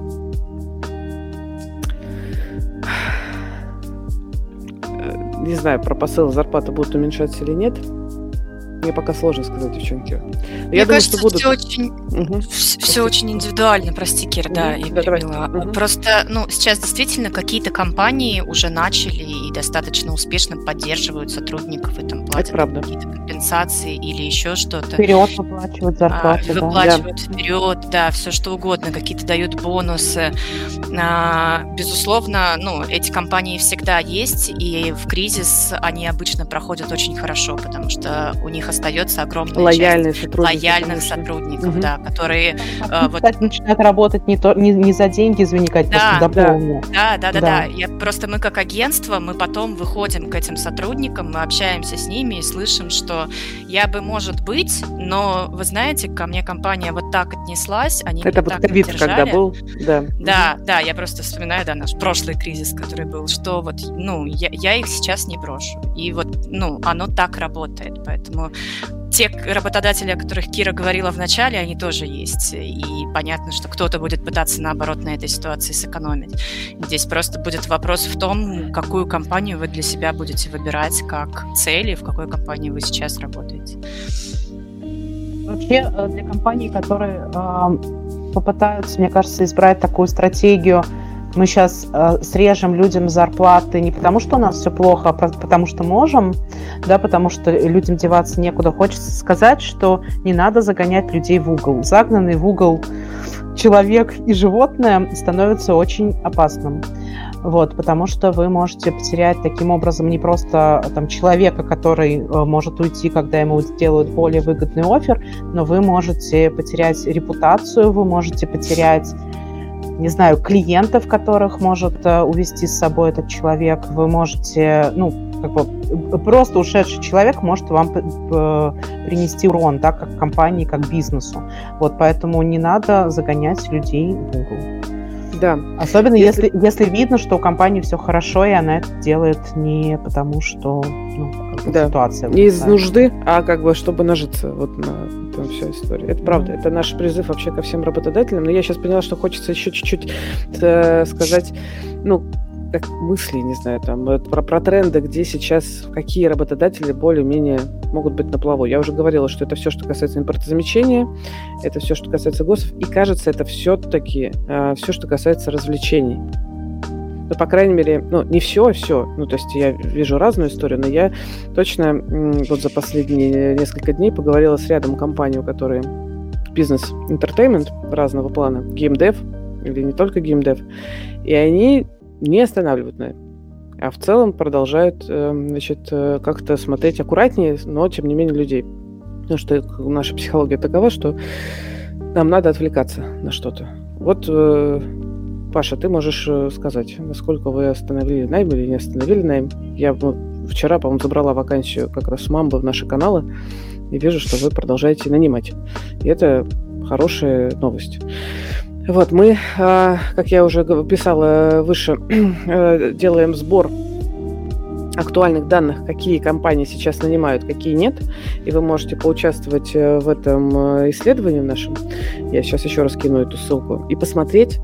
не знаю, про посыл зарплаты будут уменьшаться или нет. Мне пока сложно сказать, девчонки. Мне я кажется, думаю, что будут... все, очень, угу. все очень индивидуально, прости, Кир, угу. да, я да, перебила. Угу. Просто, ну, сейчас действительно какие-то компании уже начали и достаточно успешно поддерживают сотрудников, и там платят какие-то компенсации или еще что-то. Вперед выплачивают зарплаты, а, да. Выплачивают да. вперед, да, все что угодно, какие-то дают бонусы. А, безусловно, ну, эти компании всегда есть, и в кризис они обычно проходят очень хорошо, потому что у них остается огромная Лояльные часть сотрудники, лояльных конечно. сотрудников, угу. да, которые... А, вот... Кстати, начинают работать не, то, не, не за деньги, извини, Кать, да, просто да, дополню. Да, да, да, да. да. Я, просто мы как агентство, мы потом выходим к этим сотрудникам, мы общаемся с ними и слышим, что я бы, может быть, но вы знаете, ко мне компания вот так отнеслась, они Это меня вот так ковид, поддержали. Когда был, да. Да, да, я просто вспоминаю, да, наш прошлый кризис, который был, что вот, ну, я, я их сейчас не брошу. И вот, ну, оно так работает, поэтому... Те работодатели, о которых Кира говорила в начале, они тоже есть. И понятно, что кто-то будет пытаться, наоборот, на этой ситуации сэкономить. Здесь просто будет вопрос в том, какую компанию вы для себя будете выбирать как цель, и в какой компании вы сейчас работаете. Вообще, для компаний, которые э, попытаются, мне кажется, избрать такую стратегию, мы сейчас э, срежем людям зарплаты не потому, что у нас все плохо, а потому что можем, да, потому что людям деваться некуда. Хочется сказать, что не надо загонять людей в угол. Загнанный в угол человек и животное становится очень опасным. Вот, потому что вы можете потерять таким образом не просто там, человека, который э, может уйти, когда ему сделают более выгодный оффер, но вы можете потерять репутацию, вы можете потерять, не знаю, клиентов, которых может э, увести с собой этот человек. Вы можете, ну, как бы, просто ушедший человек может вам э, принести урон, да, как компании, как бизнесу. Вот, поэтому не надо загонять людей в угол. Да. Особенно если... Если, если видно, что у компании все хорошо, и она это делает не потому, что ну, как бы, да. ситуация. Не из нужды, а как бы чтобы нажиться вот на этом вся история. Это правда. Mm-hmm. Это наш призыв вообще ко всем работодателям. Но я сейчас поняла, что хочется еще чуть-чуть э, сказать, ну, как мысли, не знаю, там, про, про тренды, где сейчас какие работодатели более-менее могут быть на плаву. Я уже говорила, что это все, что касается импортозамещения, это все, что касается ГОСов, и кажется, это все-таки э, все, что касается развлечений. Ну, по крайней мере, ну, не все, а все. Ну, то есть я вижу разную историю, но я точно м, вот за последние несколько дней поговорила с рядом компаний, у которых бизнес-энтертеймент разного плана, геймдев, или не только геймдев, и они не останавливают на этом, а в целом продолжают, значит, как-то смотреть аккуратнее, но, тем не менее, людей. Потому что наша психология такова, что нам надо отвлекаться на что-то. Вот, Паша, ты можешь сказать, насколько вы остановили найм или не остановили найм. Я вчера, по-моему, забрала вакансию как раз с Мамбы в наши каналы и вижу, что вы продолжаете нанимать. И это хорошая новость. Вот, мы, как я уже писала выше, делаем сбор актуальных данных, какие компании сейчас нанимают, какие нет, и вы можете поучаствовать в этом исследовании нашем. Я сейчас еще раз кину эту ссылку и посмотреть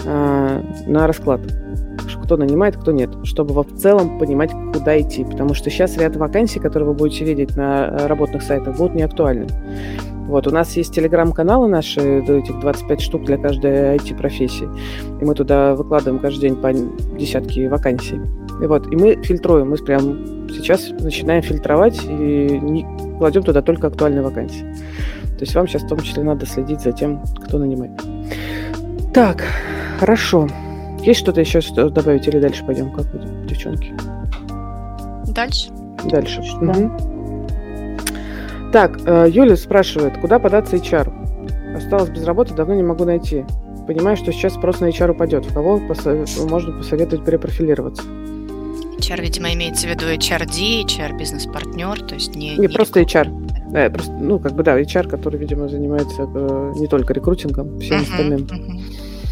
на расклад, кто нанимает, кто нет, чтобы в целом понимать, куда идти, потому что сейчас ряд вакансий, которые вы будете видеть на работных сайтах, будут неактуальны. Вот, у нас есть телеграм-каналы наши, этих двадцать пять штук для каждой ай ти-профессии. И мы туда выкладываем каждый день по десятки вакансий. И вот, и мы фильтруем, мы прямо сейчас начинаем фильтровать и не кладем туда только актуальные вакансии. То есть вам сейчас в том числе надо следить за тем, кто нанимает. Так, хорошо. Есть что-то еще добавить или дальше пойдем? Как будем, девчонки? Дальше. Дальше. Да. Угу. Так, э, Юля спрашивает, куда податься эйч ар? Осталась без работы, давно не могу найти. Понимаю, что сейчас спрос на эйч ар упадет. В кого посо- можно посоветовать перепрофилироваться? эйч ар, видимо, имеется в виду эйч ар ди, эйч ар-бизнес-партнер, то есть не... Не, просто эйч ар. Э, просто, ну, как бы, да, эйч ар, который, видимо, занимается э, не только рекрутингом, всем Мгм, остальным. мгм.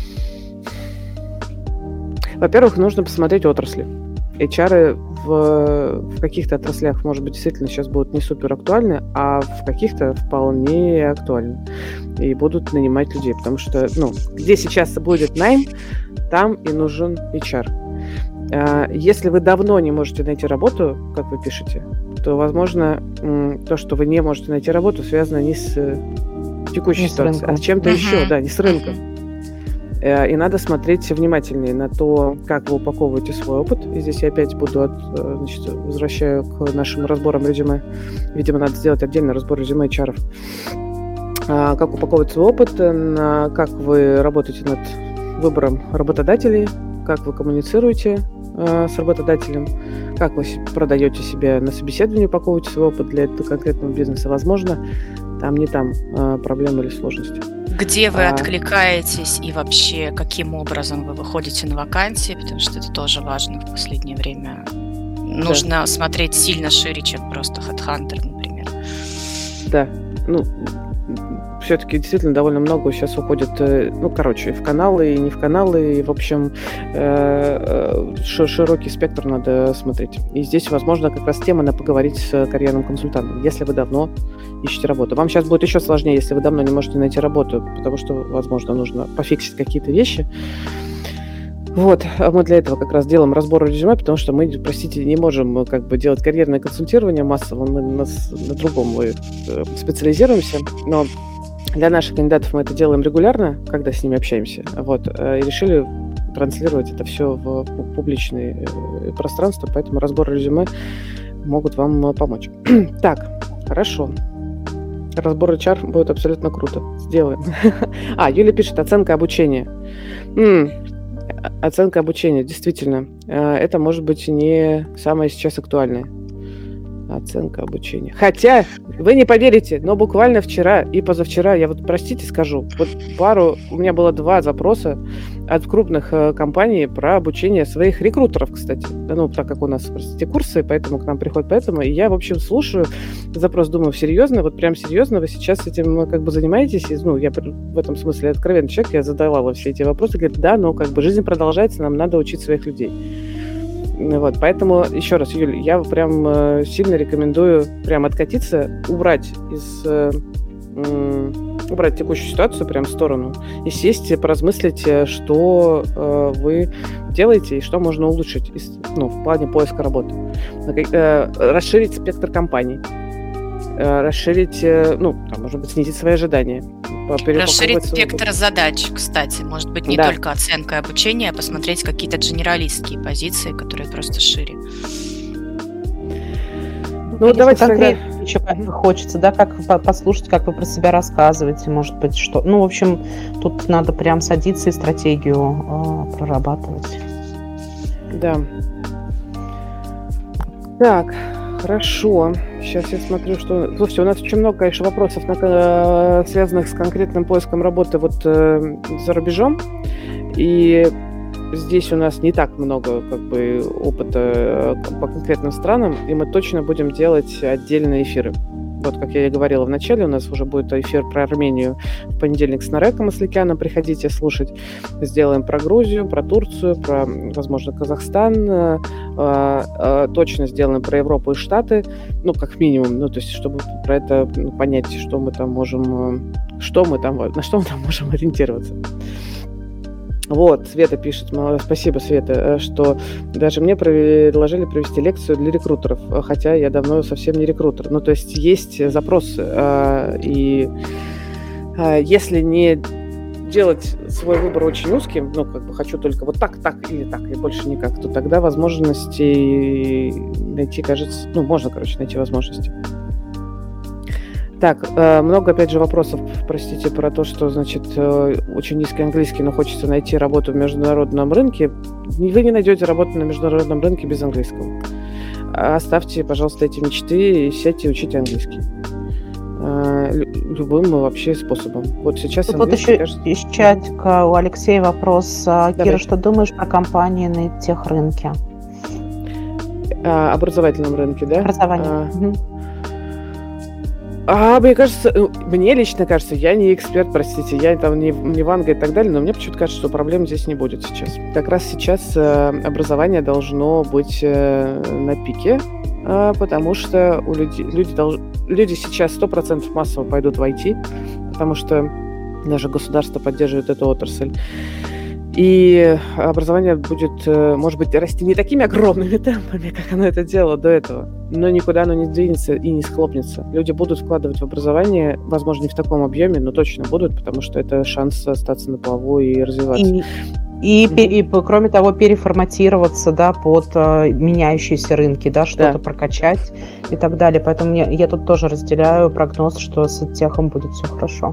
Во-первых, нужно посмотреть отрасли. эйч ар в, в каких-то отраслях, может быть, действительно сейчас будут не супер актуальны, а в каких-то вполне актуальны. И будут нанимать людей, потому что, ну, где сейчас будет найм, там и нужен эйч ар. А, Если вы давно не можете найти работу, как вы пишете, то, возможно, м, то, что вы не можете найти работу, связано не с э, текущей Не с ситуацией, а рынком. с чем-то Мгм, еще, да, не с рынком. мгм. Э, И надо смотреть внимательнее на то, как вы упаковываете свой опыт. И здесь я опять буду от, э, значит, возвращаю к нашим разборам резюме. Видимо, надо сделать отдельный разбор резюме эйч ар. А, Как упаковывать свой опыт, э, на- как вы работаете над выбором работодателей, как вы коммуницируете э, с работодателем, как вы се- продаете себя на собеседовании, упаковываете свой опыт для этого конкретного бизнеса. Возможно, там не там э, проблемы или сложности. Где вы А, откликаетесь и вообще каким образом вы выходите на вакансии, потому что это тоже важно в последнее время. Да, Нужно смотреть сильно шире, чем просто HeadHunter, например. да. Ну, все-таки действительно довольно много сейчас уходит, э, ну, короче, и в каналы, и не в каналы, и, в общем, э, э, ши- широкий спектр надо смотреть. И здесь, возможно, как раз тема на поговорить с карьерным консультантом, если вы давно ищете работу. Вам сейчас будет еще сложнее, если вы давно не можете найти работу, потому что, возможно, нужно пофиксить какие-то вещи. Вот, а мы для этого как раз делаем разбор резюме, потому что мы, простите, не можем э, как бы делать карьерное консультирование массово, мы на, с- на другом мы, э, специализируемся, но для наших кандидатов мы это делаем регулярно, когда с ними общаемся, вот, э, и решили транслировать это все в пу- публичное э, пространство, поэтому разбор резюме могут вам э, помочь. Так, хорошо. Разбор эйч ар будет абсолютно круто. Сделаем. А, Юля пишет, оценка обучения. М, о- Оценка обучения, действительно. э, Это может быть не самое сейчас актуальное. Оценка обучения. Хотя, вы не поверите, но буквально вчера и позавчера, я вот, простите, скажу, вот пару, у меня было два запроса от крупных э, компаний про обучение своих рекрутеров, кстати. Да, ну, так как у нас, простите, курсы, поэтому к нам приходят поэтому. И я, в общем, слушаю запрос, думаю, серьезно, вот прям серьезно, вы сейчас этим э, как бы занимаетесь? И, ну, я пр- в этом смысле откровенный человек, я задавала все эти вопросы, говорит, да, но как бы жизнь продолжается, нам надо учить своих людей. Ну Вот, поэтому, еще раз, Юль, я прям э, сильно рекомендую прям откатиться, убрать из... э, м, убрать текущую ситуацию прям в сторону и сесть, и поразмыслить, э, что э, вы делаете и что можно улучшить из- ну, в плане поиска работы. На ка- э, расширить спектр компаний, э, расширить, э, ну, там, может быть, снизить свои ожидания. по- Расширить переупаковывать свой опыт. спектр задач, кстати. Может быть, не Да. только оценка и обучение, а посмотреть какие-то генералистские позиции, которые просто шире. Ну, вот давайте тогда... конкретно еще как бы хочется, да, как по- послушать, как вы про себя рассказываете, может быть, что... Ну, в общем, тут надо прям садиться и стратегию э, прорабатывать. Да. Так, хорошо. Сейчас я смотрю, что... Слушайте, у нас очень много, конечно, вопросов, на- э, связанных с конкретным поиском работы вот э, за рубежом. И здесь у нас не так много как бы опыта э, по конкретным странам, и мы точно будем делать отдельные эфиры. Вот, как я и говорила в начале, у нас уже будет эфир про Армению в понедельник с Нареком Асликяном. Приходите слушать. Сделаем про Грузию, про Турцию, про, возможно, Казахстан. Э, э, Точно сделаем про Европу и Штаты. Ну, как минимум. Ну, то есть, чтобы про это ну, понять, что мы там можем... э, Что мы там... На что мы там можем ориентироваться. Вот, Света пишет, м, спасибо, Света, э, что даже мне предложили провести лекцию для рекрутеров, э, хотя я давно совсем не рекрутер. Ну, то есть есть запрос, э, и э, если не делать свой выбор очень узким, ну, как бы хочу только вот так, так или так, и больше никак, то тогда возможностей найти, кажется, ну, можно, короче, найти возможности. Так, э, много, опять же, вопросов, простите, про то, что, значит, э, очень низкий английский, но хочется найти работу в международном рынке. Вы не найдете работу на международном рынке без английского. Оставьте, пожалуйста, эти мечты и сядьте учить английский. э, любым вообще способом. Вот сейчас Тут вот английский, еще кажется... из чатика у Алексея вопрос. А, Давай. Кира, что думаешь про компании на техрынке? А, образовательном рынке, да? Образование. А, Мгм. а, мне кажется, ну, мне лично кажется, я не эксперт, простите, я там не, не Ванга и так далее, но мне почему-то кажется, что проблем здесь не будет сейчас. Как раз сейчас э, образование должно быть э, на пике, э, потому что у людей, люди, долж... люди сейчас сто процентов массово пойдут в ай ти, потому что даже государство поддерживает эту отрасль. И образование будет, э, может быть, расти не такими огромными темпами, как оно это делало до этого, но никуда оно не двинется и не схлопнется. Люди будут вкладывать в образование, возможно, не в таком объеме, но точно будут, потому что это шанс остаться на плаву и развиваться. И, и, Мгм. пе- и, п- кроме того, переформатироваться, да, под э, меняющиеся рынки, да, что-то Да. прокачать и так далее. Поэтому мне- я тут тоже разделяю прогноз, что с техом будет все хорошо.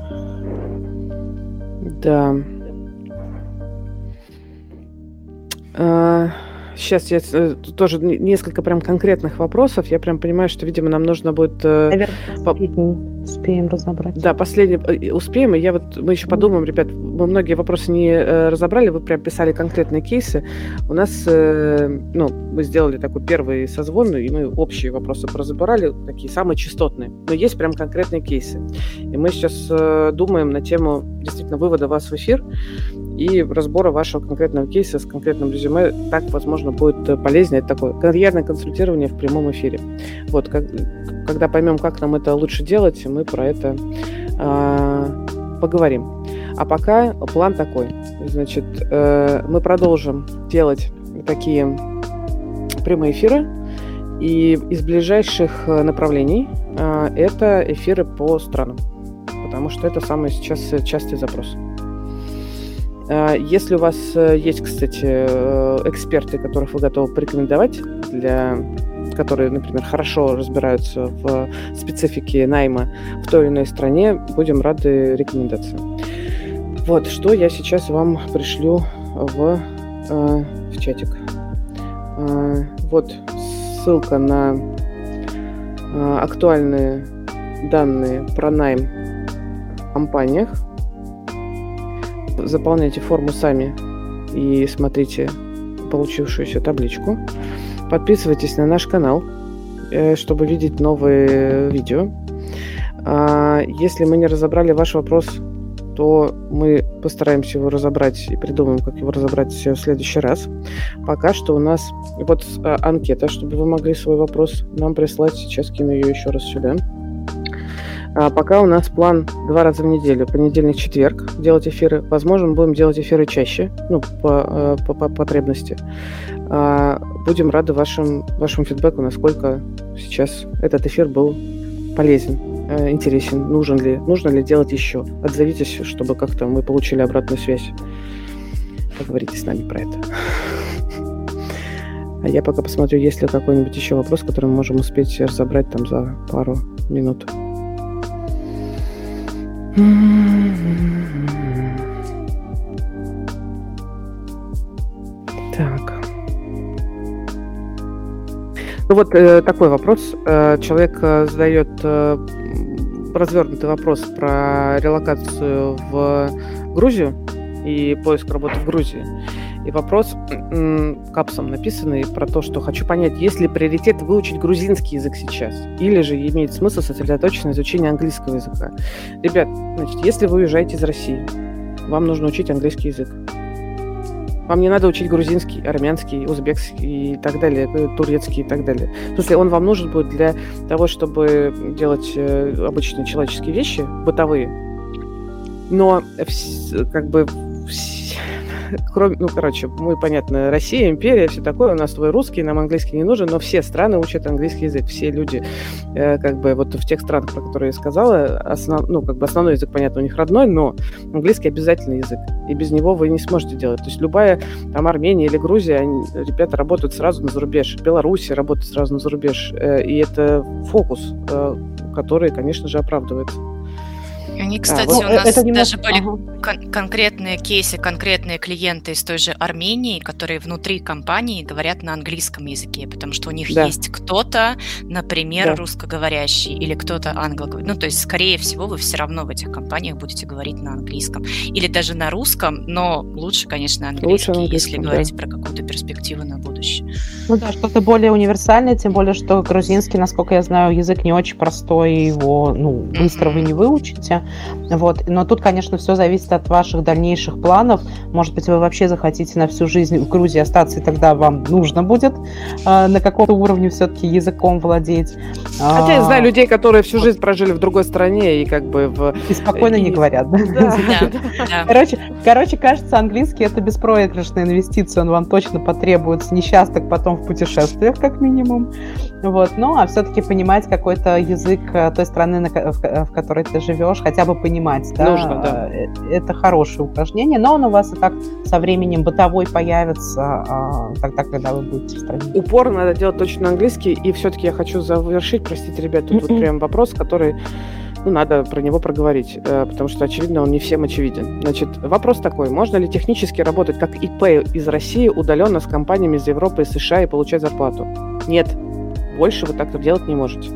Да. Сейчас я э, тут тоже не- несколько прям конкретных вопросов. Я прям понимаю, что, видимо, нам нужно будет... э, Наверное, по- последний успеем разобрать. Да, последний э, успеем, и я вот, мы еще подумаем, ребят, мы многие вопросы не э, разобрали, вы прям писали конкретные кейсы. У нас, э, ну, мы сделали такой первый созвон, и мы общие вопросы разобрали, такие самые частотные, но есть прям конкретные кейсы. И мы сейчас э, думаем на тему действительно вывода вас в эфир и разбора вашего конкретного кейса с конкретным резюме. Так, возможно, будет э, полезнее. Это такое карьерное консультирование в прямом эфире. Вот, как, когда поймем, как нам это лучше делать, мы про это э, поговорим. А пока план такой. Значит, э, мы продолжим делать такие прямые эфиры. И из ближайших э, направлений э, это эфиры по странам. Потому что это самый сейчас частый запрос. Э, Если у вас э, есть, кстати, э, эксперты, которых вы готовы порекомендовать, для, которые, например, хорошо разбираются в специфике найма в той или иной стране, будем рады рекомендациям. Вот, что я сейчас вам пришлю в, э, в чатик. Э, Вот ссылка на э, актуальные данные про найм в компаниях. Заполняйте форму сами и смотрите получившуюся табличку. Подписывайтесь на наш канал, э, чтобы видеть новые видео. А, Если мы не разобрали ваш вопрос, то мы постараемся его разобрать и придумаем, как его разобрать в следующий раз. Пока что у нас вот а, анкета, чтобы вы могли свой вопрос нам прислать. Сейчас кину ее еще раз сюда. А пока у нас план два раза в неделю, понедельник, четверг, делать эфиры. Возможно, мы будем делать эфиры чаще, ну, по, по, по потребности. А, будем рады вашим, вашему фидбэку, насколько сейчас этот эфир был полезен, интересен, нужен ли, нужно ли делать еще. Отзовитесь, чтобы как-то мы получили обратную связь. Поговорите с нами про это. А я пока посмотрю, есть ли какой-нибудь еще вопрос, который мы можем успеть разобрать там за пару минут. Так. Ну вот э, такой вопрос. Э, человек э, задает э, развернутый вопрос про релокацию в Грузию и поиск работы в Грузии. И вопрос м, капсом написанный про то, что хочу понять, есть ли приоритет выучить грузинский язык сейчас, или же имеет смысл сосредоточиться на изучении английского языка. Ребят, значит, если вы уезжаете из России, вам нужно учить английский язык. Вам не надо учить грузинский, армянский, узбекский и так далее, турецкий и так далее. В смысле, он вам нужен будет для того, чтобы делать э, обычные человеческие вещи, бытовые. Но вс- как бы вс- кроме, ну, короче, мы, понятно, Россия, империя, все такое, у нас твой русский, нам английский не нужен, но все страны учат английский язык, все люди, э, как бы, вот в тех странах, про которые я сказала, основ, ну, как бы основной язык, понятно, у них родной, но английский обязательный язык, и без него вы не сможете делать. То есть любая, там, Армения или Грузия, они, ребята работают сразу на зарубеж, Беларусь работает сразу на зарубеж, э, и это фокус, э, который, конечно же, оправдывается. Они, А, кстати, вот у Ну, э- нас это даже немножко... были Ага. кон- конкретные кейсы, конкретные клиенты из той же Армении, которые внутри компании говорят на английском языке, потому что у них Да, есть кто-то, например, да. русскоговорящий или кто-то англоговорящий. Ну, то есть, скорее всего, вы все равно в этих компаниях будете говорить на английском. Или даже на русском, но лучше, конечно, Лучше на английский, если английском, да. говорить про какую-то перспективу на будущее. Ну да, что-то более универсальное, тем более, что грузинский, насколько я знаю, язык не очень простой, и его, ну, быстро вы Мгм. не выучите. Вот. Но тут, конечно, все зависит от ваших дальнейших планов. Может быть, вы вообще захотите на всю жизнь в Грузии остаться, и тогда вам нужно будет а, на каком-то уровне все-таки языком владеть. Хотя я знаю А, людей, которые всю вот. жизнь прожили в другой стране и как бы в... И спокойно не И... говорят, да? Да, Да, да. да. Короче, короче, кажется, английский это беспроигрышная инвестиция, он вам точно потребуется не сейчас, так потом в путешествиях, как минимум. Вот. Ну, а все-таки понимать какой-то язык э, той страны, на ко- в, ко- в которой ты живешь, хотя бы понимать, да, Нужно, да. э, это хорошее упражнение, но он у вас и так со временем бытовой появится, а, тогда, когда вы будете в стране. Упор надо делать точно на английский. И все-таки я хочу завершить, простите, ребят, тут вот Мгм. прям вопрос, который, ну, надо про него проговорить, э, потому что, очевидно, он не всем очевиден. Значит, вопрос такой: можно ли технически работать как ИП из России удаленно с компаниями из Европы и США и получать зарплату? Нет. Больше вы так делать не можете.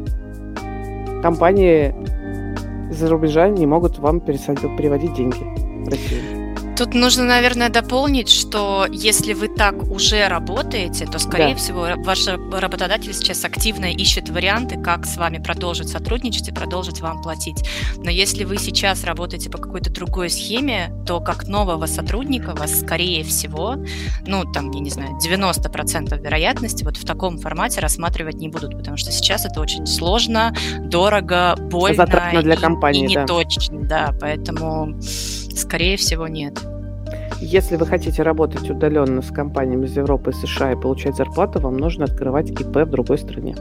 Компании из-за рубежа не могут вам пересадить, переводить деньги в Россию. Тут нужно, наверное, дополнить, что если вы так уже работаете, то, скорее Да. всего, ра- ваш раб- работодатель сейчас активно ищет варианты, как с вами продолжить сотрудничать и продолжить вам платить. Но если вы сейчас работаете по какой-то другой схеме, то как нового сотрудника вас, скорее всего, ну, там, я не знаю, девяносто процентов вероятности вот в таком формате рассматривать не будут, потому что сейчас это очень сложно, дорого, больно Затратно для и, и компании, не да. точно, да, поэтому, скорее всего, нет. Если вы хотите работать удаленно с компаниями из Европы и США и получать зарплату, вам нужно открывать ИП в другой стране.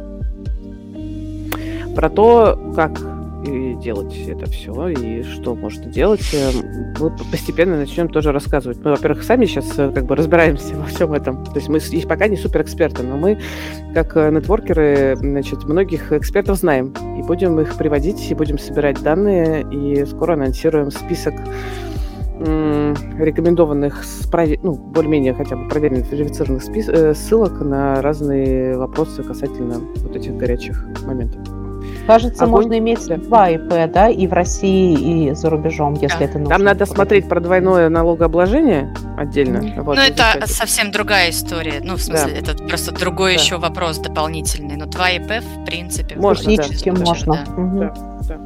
Про то, как и делать это все и что можно делать, э, мы постепенно начнем тоже рассказывать. Мы, во-первых, сами сейчас э, как бы разбираемся во всем этом. То есть мы с- и пока не суперэксперты, но мы, как э, нетворкеры, значит, многих экспертов знаем. И будем их приводить, и будем собирать данные, и скоро анонсируем список м, рекомендованных, с прове- ну, более-менее хотя бы проверенных, верифицированных спис- э, ссылок на разные вопросы касательно вот этих горячих моментов. Кажется, Огонь. можно иметь Да. два ИП, да, и в России, и за рубежом, если Да. это нужно. Там надо смотреть про двойное налогообложение отдельно. Мгм. Вот, Ну, это изучать. совсем другая история. Ну, в смысле, это просто другой Да. еще вопрос дополнительный. Но два ИП, в принципе, Можно, да. Технически тоже, можно. да. Мгм. Да, да.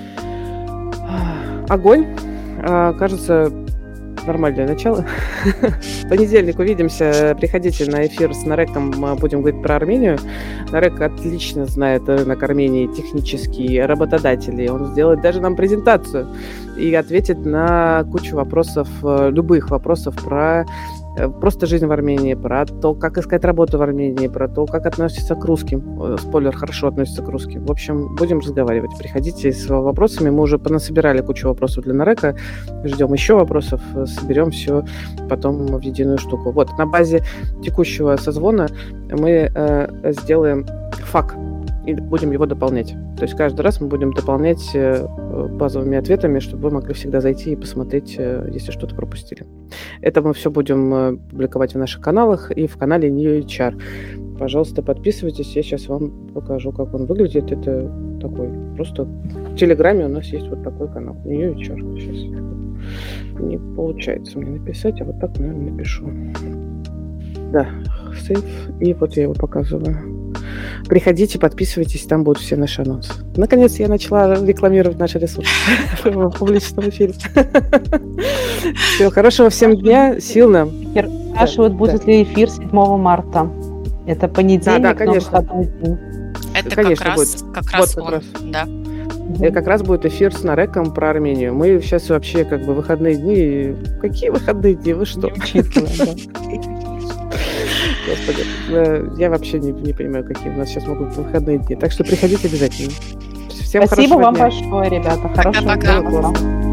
Огонь. А, Кажется, нормальное начало. В понедельник увидимся. Приходите на эфир с Нареком. Мы будем говорить про Армению. Нарек отлично знает рынок Армении, технические работодатели. Он сделает даже нам презентацию и ответит на кучу вопросов, э, любых вопросов про э, просто жизнь в Армении, про то, как искать работу в Армении, про то, как относиться к русским. Э, Спойлер, хорошо относится к русским. В общем, будем разговаривать. Приходите с вопросами. Мы уже понасобирали кучу вопросов для Нарека. Ждем еще вопросов. э, Соберем все потом в единую штуку. Вот, на базе текущего созвона мы э, сделаем фак и будем его дополнять. То есть каждый раз мы будем дополнять э, базовыми ответами, чтобы вы могли всегда зайти и посмотреть, э, если что-то пропустили. Это мы все будем э, публиковать в наших каналах и в канале New эйч ар. Пожалуйста, подписывайтесь. Я сейчас вам покажу, как он выглядит. Это такой просто... В Телеграме у нас есть вот такой канал New эйч ар. Сейчас не получается мне написать, а вот так, наверное, напишу. Да, сейв. И вот я его показываю. Приходите, подписывайтесь, там будут все наши анонсы. Наконец я начала рекламировать наши ресурсы в публичном эфире. Все, хорошего всем дня, сил нам. Теперь спрашивают, да, будет ли эфир седьмого марта. Это понедельник, Да, да, но конечно. выходной день. Это Конечно, как раз, будет. как раз Вот как он, раз. да. И как раз будет эфир с Нареком про Армению. Мы сейчас вообще как бы выходные дни. Какие выходные дни? Вы что? Не учитывая, да. Господи, э, я вообще не, не понимаю, какие у нас сейчас могут быть выходные дни. Так что приходите обязательно. Всем Спасибо хорошего вам дня. большое, ребята. Хорошего Пока-пока. дня.